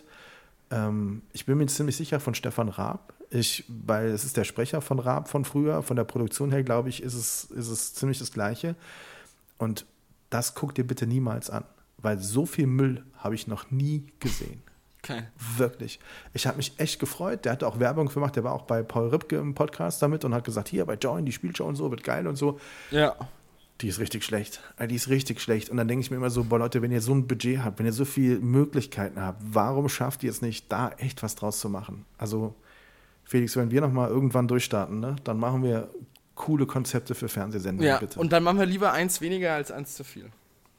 Ähm, ich bin mir ziemlich sicher von Stefan Raab. Ich, weil es ist der Sprecher von Raab von früher, von der Produktion her, glaube ich, ist es, ist es ziemlich das Gleiche. Und das guck dir bitte niemals an, weil so viel Müll habe ich noch nie gesehen. Okay. Wirklich. Ich habe mich echt gefreut. Der hatte auch Werbung gemacht, der war auch bei Paul Ripke im Podcast damit und hat gesagt, hier bei Join, die Spielshow und so, wird geil und so. Ja. Die ist richtig schlecht. Die ist richtig schlecht. Und dann denke ich mir immer so, boah Leute, wenn ihr so ein Budget habt, wenn ihr so viele Möglichkeiten habt, warum schafft ihr es nicht, da echt was draus zu machen? Also Felix, wenn wir nochmal irgendwann durchstarten, ne, dann machen wir coole Konzepte für Fernsehsendungen, ja, bitte. Und dann machen wir lieber eins weniger als eins zu viel.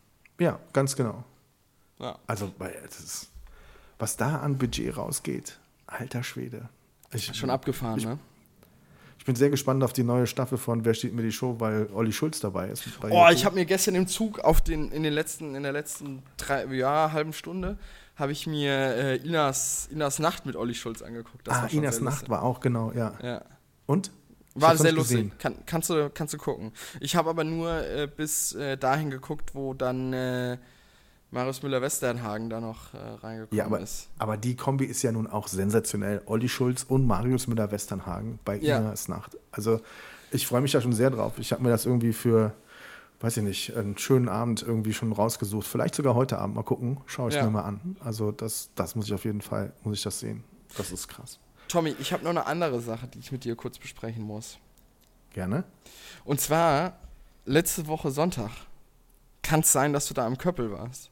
Ja, ganz genau. Ja. Also, das ist, was da an Budget rausgeht, alter Schwede. Ich, Schon abgefahren, ich, ne? Ich bin sehr gespannt auf die neue Staffel von Wer steht mir die Show, weil Olli Schulz dabei ist. Oh, YouTube. Ich habe mir gestern im Zug auf den, in den letzten, in der letzten drei, ja, halben Stunde habe ich mir äh, Inas, Inas Nacht mit Olli Schulz angeguckt. Das ah, war schon Inas Nacht lustig. War auch, genau, ja. ja. Und? War sehr lustig. Kann, kannst, du, kannst du gucken. Ich habe aber nur äh, bis äh, dahin geguckt, wo dann äh, Marius Müller-Westernhagen da noch äh, reingekommen ja, aber, ist. Aber die Kombi ist ja nun auch sensationell. Olli Schulz und Marius Müller-Westernhagen bei ja. Inas Nacht. Also ich freue mich da schon sehr drauf. Ich habe mir das irgendwie für, weiß ich nicht, einen schönen Abend irgendwie schon rausgesucht. Vielleicht sogar heute Abend. Mal gucken. Schaue ich ja. mir mal an. Also das, das muss ich auf jeden Fall, muss ich das sehen. Das ist krass. Tommy, ich habe noch eine andere Sache, die ich mit dir kurz besprechen muss. Gerne. Und zwar, letzte Woche Sonntag. Kann es sein, dass du da am Köppel warst?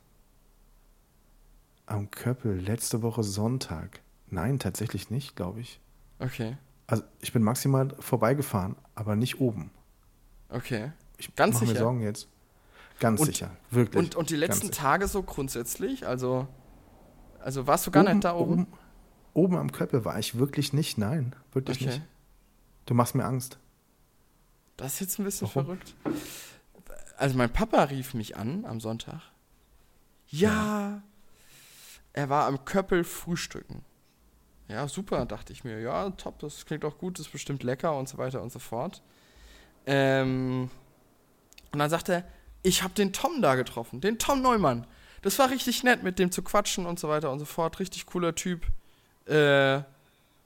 Am Köppel, letzte Woche Sonntag. Nein, tatsächlich nicht, glaube ich. Okay. Also ich bin maximal vorbeigefahren, aber nicht oben. Okay. Ich Ganz mache sicher? mir Sorgen jetzt. Ganz und, sicher, wirklich. Und, und die letzten sicher. Tage so grundsätzlich? Also, also warst du gar oben, nicht da oben? oben? Oben am Köppel war ich wirklich nicht, nein, wirklich okay. nicht. Du machst mir Angst. Das ist jetzt ein bisschen Warum? verrückt. Also mein Papa rief mich an am Sonntag. Ja, ja. Er war am Köppel frühstücken. Ja, super, dachte ich mir. Ja, top, das klingt auch gut, das ist bestimmt lecker und so weiter und so fort. Ähm, und dann sagte er, ich habe den Tom da getroffen, den Tom Neumann. Das war richtig nett, mit dem zu quatschen und so weiter und so fort. Richtig cooler Typ. Äh,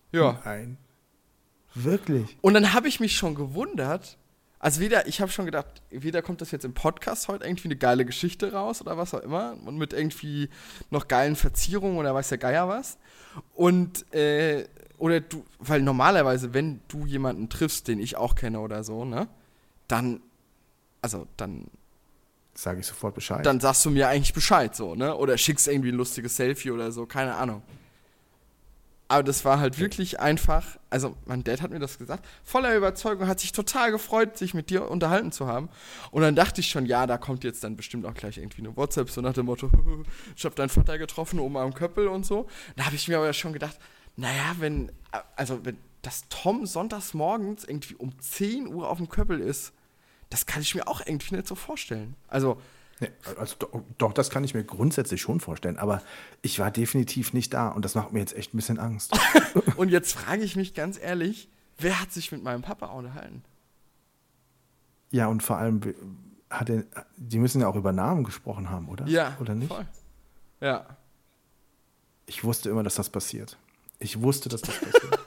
Ja. Nein. Wirklich? Und dann habe ich mich schon gewundert, also wieder, ich habe schon gedacht, wieder kommt das jetzt im Podcast heute irgendwie eine geile Geschichte raus oder was auch immer und mit irgendwie noch geilen Verzierungen oder weiß der Geier was. Und, äh, oder du, weil normalerweise, wenn du jemanden triffst, den ich auch kenne oder so, ne, dann, also dann Sage ich sofort Bescheid. dann sagst du mir eigentlich Bescheid, so, ne? Oder schickst irgendwie ein lustiges Selfie oder so, keine Ahnung. Aber das war halt wirklich einfach, also mein Dad hat mir das gesagt, voller Überzeugung, hat sich total gefreut, sich mit dir unterhalten zu haben. Und dann dachte ich schon, ja, da kommt jetzt dann bestimmt auch gleich irgendwie eine WhatsApp, so nach dem Motto, ich habe deinen Vater getroffen, oben am Köppel und so. Da habe ich mir aber schon gedacht, naja, wenn, also wenn das Tom sonntags morgens irgendwie um zehn Uhr auf dem Köppel ist, das kann ich mir auch irgendwie nicht so vorstellen. Also, Nee, also doch, doch, das kann ich mir grundsätzlich schon vorstellen, aber ich war definitiv nicht da und das macht mir jetzt echt ein bisschen Angst. und jetzt frage ich mich ganz ehrlich, wer hat sich mit meinem Papa unterhalten? Ja, und vor allem, hat er, die müssen ja auch über Namen gesprochen haben, oder? Ja, oder nicht? Voll. Ja. Ich wusste immer, dass das passiert. Ich wusste, dass das passiert.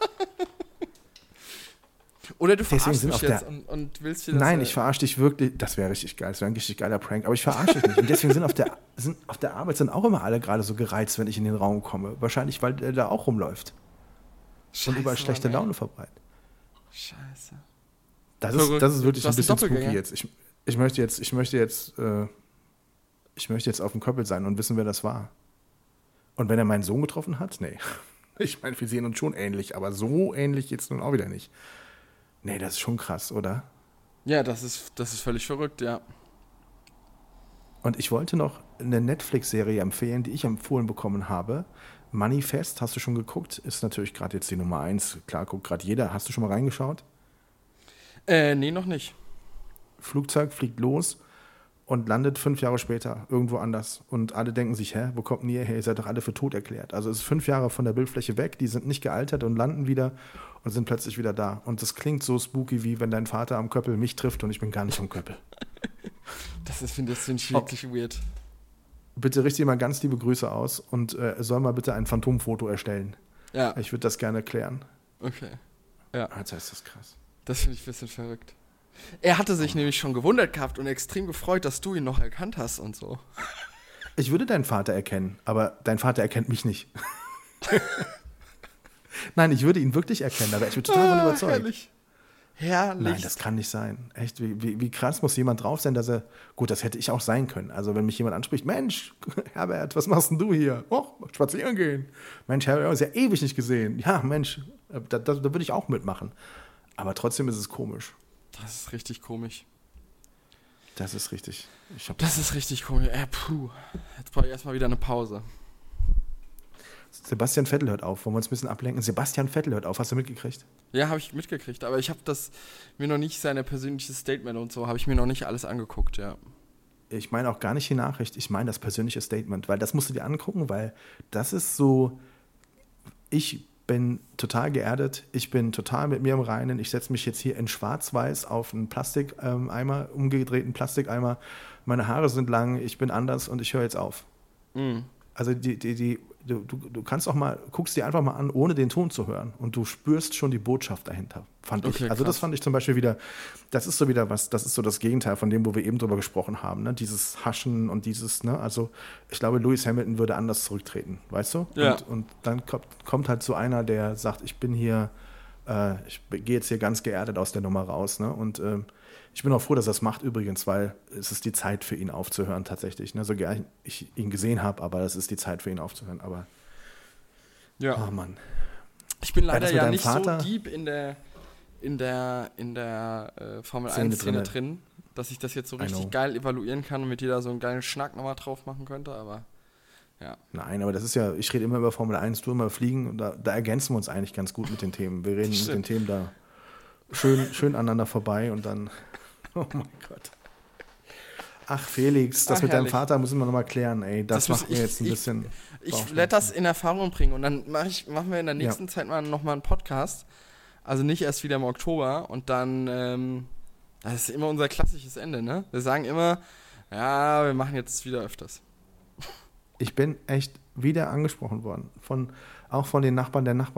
Oder du Deswegen verarschst sind mich auf jetzt der- und, und willst dir das... Nein, äh, ich verarsche dich wirklich. Das wäre richtig geil. Das wäre ein richtig geiler Prank. Aber ich verarsche dich nicht. Und deswegen sind auf der, sind auf der Arbeit sind auch immer alle gerade so gereizt, wenn ich in den Raum komme. Wahrscheinlich, weil der da auch rumläuft. Und überall Scheiße, schlechte Mann, ey. Laune verbreitet. Scheiße. Das ist, Verrückt. das ist wirklich Du ein hast einen bisschen spooky Doppelgänger. jetzt. Ich, ich möchte jetzt, ich möchte jetzt, äh, ich möchte jetzt auf dem Köppel sein und wissen, wer das war. Und wenn er meinen Sohn getroffen hat, nee. Ich meine, wir sehen uns schon ähnlich, aber so ähnlich jetzt nun auch wieder nicht. Nee, das ist schon krass, oder? Ja, das ist, das ist völlig verrückt, ja. Und ich wollte noch eine Netflix-Serie empfehlen, die ich empfohlen bekommen habe. Manifest, hast du schon geguckt? Ist natürlich gerade jetzt die Nummer eins. Klar, guckt gerade jeder. Hast du schon mal reingeschaut? Äh, nee, noch nicht. Flugzeug fliegt los und landet fünf Jahre später irgendwo anders. Und alle denken sich, hä, wo kommt denn ihr her? Ihr seid doch alle für tot erklärt. Also es ist fünf Jahre von der Bildfläche weg, die sind nicht gealtert und landen wieder und sind plötzlich wieder da. Und das klingt so spooky, wie wenn dein Vater am Köppel mich trifft und ich bin gar nicht am Köppel. Das ist, finde das finde ich wirklich weird. Bitte richte dir mal ganz liebe Grüße aus und äh, soll mal bitte ein Phantomfoto erstellen. Ja, Ich würde das gerne klären. okay. Ja, Alter, ist das krass. das finde ich ein bisschen verrückt. Er hatte sich nämlich schon gewundert gehabt und extrem gefreut, dass du ihn noch erkannt hast und so. Ich würde deinen Vater erkennen, aber dein Vater erkennt mich nicht. Nein, ich würde ihn wirklich erkennen, da wäre ich mir total von überzeugt. Herrlich. Herrlich. Nein, das kann nicht sein. Echt, wie, wie, wie krass muss jemand drauf sein, dass er. Gut, das hätte ich auch sein können. Also, wenn mich jemand anspricht, Mensch, Herbert, was machst denn du hier? Oh, spazieren gehen. Mensch, Herbert, wir haben uns ja ewig nicht gesehen. Ja, Mensch, da, da, da würde ich auch mitmachen. Aber trotzdem ist es komisch. Das ist richtig komisch. Das ist richtig. Ich hab Das ist richtig komisch. Äh, puh. Jetzt brauche ich erstmal wieder eine Pause. Sebastian Vettel hört auf. Wollen wir uns ein bisschen ablenken? Sebastian Vettel hört auf. Hast du mitgekriegt? Ja, habe ich mitgekriegt, aber ich habe das mir noch nicht, seine persönliche Statement und so, habe ich mir noch nicht alles angeguckt, ja. Ich meine auch gar nicht die Nachricht, ich meine das persönliche Statement, weil das musst du dir angucken, weil das ist so, ich bin total geerdet, ich bin total mit mir im Reinen, ich setze mich jetzt hier in schwarz-weiß auf einen Plastikeimer, umgedrehten Plastikeimer, meine Haare sind lang, ich bin anders und ich höre jetzt auf. Mhm. Also die, die, die, du, du, du kannst auch mal, guckst dir einfach mal an, ohne den Ton zu hören und du spürst schon die Botschaft dahinter, fand Okay, ich. Also das krass. fand ich zum Beispiel wieder, das ist so wieder was, das ist so das Gegenteil von dem, wo wir eben drüber gesprochen haben, ne? Dieses Haschen und dieses, ne, also ich glaube, Lewis Hamilton würde anders zurücktreten, weißt du? Ja. Und, und dann kommt, kommt halt so einer, der sagt, ich bin hier, äh, ich gehe jetzt hier ganz geerdet aus der Nummer raus, ne? Und ähm, ich bin auch froh, dass er das macht übrigens, weil es ist die Zeit für ihn aufzuhören tatsächlich. Ne? So gern ich ihn gesehen habe, aber es ist die Zeit für ihn aufzuhören. Aber, Ja. oh Mann. Ich bin War leider das mit ja deinem nicht Vater? so deep in der in der in der äh, Formel Szene eins Szene drinne. drin, dass ich das jetzt so I richtig know. geil evaluieren kann und mit dir da so einen geilen Schnack nochmal drauf machen könnte, aber ja. Nein, aber das ist ja, ich rede immer über Formel eins, du immer Fliegen und da, da ergänzen wir uns eigentlich ganz gut mit den Themen. Wir reden mit den Stimmt. Themen da schön, schön aneinander vorbei und dann, oh mein Gott. Ach Felix, das Ach, mit deinem herrlich. Vater müssen wir nochmal klären, ey. Das, Das muss macht mir ich- jetzt ein ich- bisschen Ich Bauchschmerzen. werde das in Erfahrung bringen und dann mach ich, machen wir in der nächsten Zeit mal nochmal einen Podcast. Also nicht erst wieder im Oktober und dann, ähm, das ist immer unser klassisches Ende, ne? Wir sagen immer, ja, wir machen jetzt wieder öfters. Ich bin echt wieder angesprochen worden, von, auch von den Nachbarn der Nachbarn.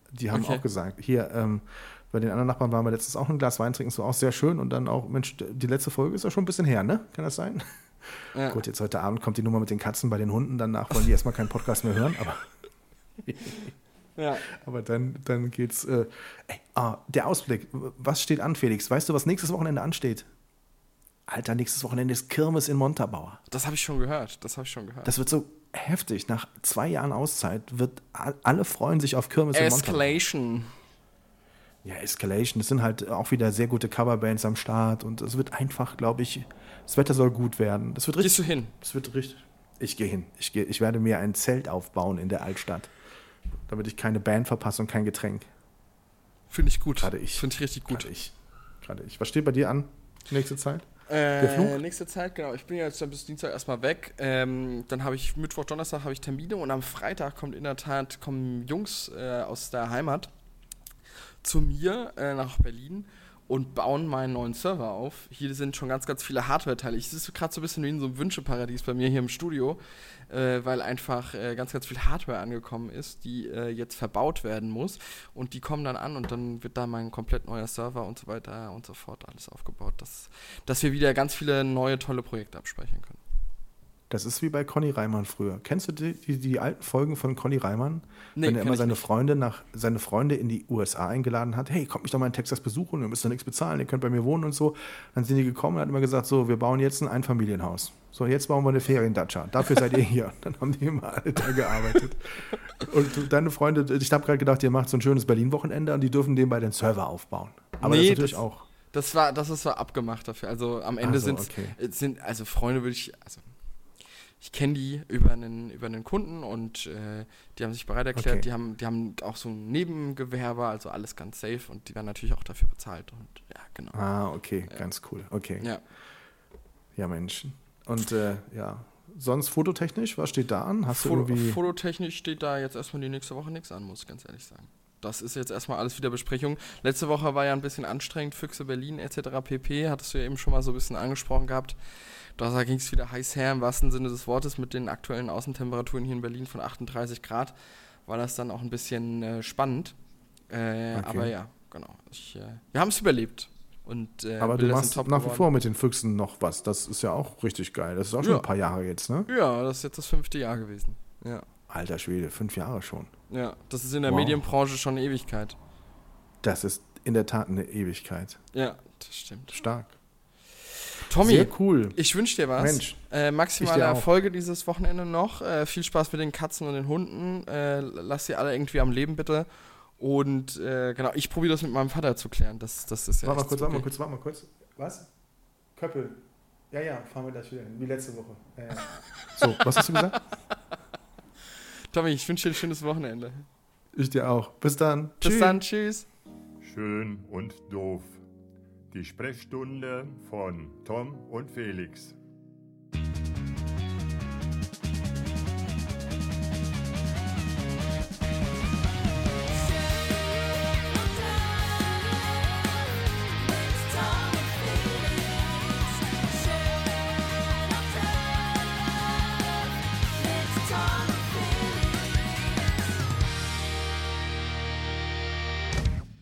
Die haben Okay. auch gesagt, hier, ähm, bei den anderen Nachbarn waren wir letztens auch ein Glas Wein trinken, so auch sehr schön. Und dann auch, Mensch, die letzte Folge ist ja schon ein bisschen her, ne? Kann das sein? Ja. Gut, jetzt heute Abend kommt die Nummer mit den Katzen bei den Hunden. Danach wollen die erstmal keinen Podcast mehr hören. Aber, Ja. aber dann, dann geht's. Äh, ey, ah, der Ausblick. Was steht an, Felix? Weißt du, was nächstes Wochenende ansteht? Alter, nächstes Wochenende ist Kirmes in Montabaur. Das habe ich schon gehört. Das habe ich schon gehört. Das wird so heftig. Nach zwei Jahren Auszeit wird a- alle freuen sich auf Kirmes in Montabaur. Escalation. Ja, Escalation. Es sind halt auch wieder sehr gute Coverbands am Start und es wird einfach, glaube ich, das Wetter soll gut werden. Das wird richtig. Gehst du hin? Das wird richtig. Ich gehe hin. Ich, gehe, ich werde mir ein Zelt aufbauen in der Altstadt, damit ich keine Band verpasse und kein Getränk. Finde ich gut. Gerade ich. Finde ich richtig gut. Gerade ich. Gerade ich. Was steht bei dir an? Nächste Zeit? Äh, Der Flug? Nächste Zeit, genau. Ich bin jetzt dann bis Dienstag erstmal weg. Ähm, dann habe ich Mittwoch, Donnerstag habe ich Termine und am Freitag kommt in der Tat kommen Jungs äh, aus der Heimat zu mir äh, nach Berlin und bauen meinen neuen Server auf. Hier sind schon ganz, ganz viele Hardware-Teile. Ich sitze gerade so ein bisschen wie in so einem Wünscheparadies bei mir hier im Studio, äh, weil einfach äh, ganz, ganz viel Hardware angekommen ist, die äh, jetzt verbaut werden muss. Und die kommen dann an und dann wird da mein komplett neuer Server und so weiter und so fort alles aufgebaut, dass, dass wir wieder ganz viele neue, tolle Projekte abspeichern können. Das ist wie bei Conny Reimann früher. Kennst du die, die, die alten Folgen von Conny Reimann? Nee, Wenn er kenn immer ich seine nicht. Freunde, nach, seine Freunde in die U S A eingeladen hat. Hey, kommt mich doch mal in Texas besuchen, ihr müsst doch nichts bezahlen, ihr könnt bei mir wohnen und so. Dann sind die gekommen und hat immer gesagt, so, wir bauen jetzt ein Einfamilienhaus. So, jetzt bauen wir eine Feriendatscha. Dafür seid ihr hier. Dann haben die immer alle da gearbeitet. Und deine Freunde, ich habe gerade gedacht, ihr macht so ein schönes Berlin-Wochenende und die dürfen nebenbei den Server aufbauen. Aber das Nee, ist natürlich das- auch. Das war, das ist so abgemacht dafür. Also am Ende Ach so, sind okay. sind also Freunde würde ich, also ich kenne die über einen über einen Kunden und äh, die haben sich bereit erklärt. Okay. Die haben die haben auch so ein Nebengewerbe, also alles ganz safe und die werden natürlich auch dafür bezahlt und ja genau. Ah, okay, Ja. ganz cool. Okay. Ja. Ja, Mensch. Und äh, ja, sonst fototechnisch, was steht da an? Hast du Foto, irgendwie. Fototechnisch steht da jetzt erstmal die nächste Woche nichts an, muss ich ganz ehrlich sagen. Das ist jetzt erstmal alles wieder Besprechung. Letzte Woche war ja ein bisschen anstrengend, Füchse Berlin et cetera pp. Hattest du ja eben schon mal so ein bisschen angesprochen gehabt. Da ging es wieder heiß her im wahrsten Sinne des Wortes mit den aktuellen Außentemperaturen hier in Berlin von achtunddreißig Grad. War das dann auch ein bisschen äh, spannend. Äh, Okay. Aber ja, genau. Ich, äh, wir haben es überlebt. Und, äh, Aber du Bilder machst sind top nach wie geworden. vor mit den Füchsen noch was. Das ist ja auch richtig geil. Das ist auch schon Ja. ein paar Jahre jetzt, ne? Ja, das ist jetzt das fünfte Jahr gewesen. Ja, Alter Schwede, fünf Jahre schon. ja. Das ist in der Wow. Medienbranche schon eine Ewigkeit. Das ist in der Tat eine Ewigkeit. Ja, das stimmt. Stark. Tommy, Sehr cool. ich wünsche dir was. Mensch, Äh, ich maximale dir auch. Erfolge dieses Wochenende noch. Äh, viel Spaß mit den Katzen und den Hunden. Äh, lass sie alle irgendwie am Leben, bitte. Und äh, genau, ich probiere das mit meinem Vater zu klären. Das, das ist ja warte mal echt kurz, warte mal okay. kurz, warte mal kurz. Was? Köppel. Ja, ja, fahren wir gleich wieder hin. Wie letzte Woche. Ja, ja. So, was hast du gesagt? Tommy, ich wünsche dir ein schönes Wochenende. Ich dir auch. Bis dann. Bis Tschüss. dann, tschüss. Schön und doof. Die Sprechstunde von Tom und Felix.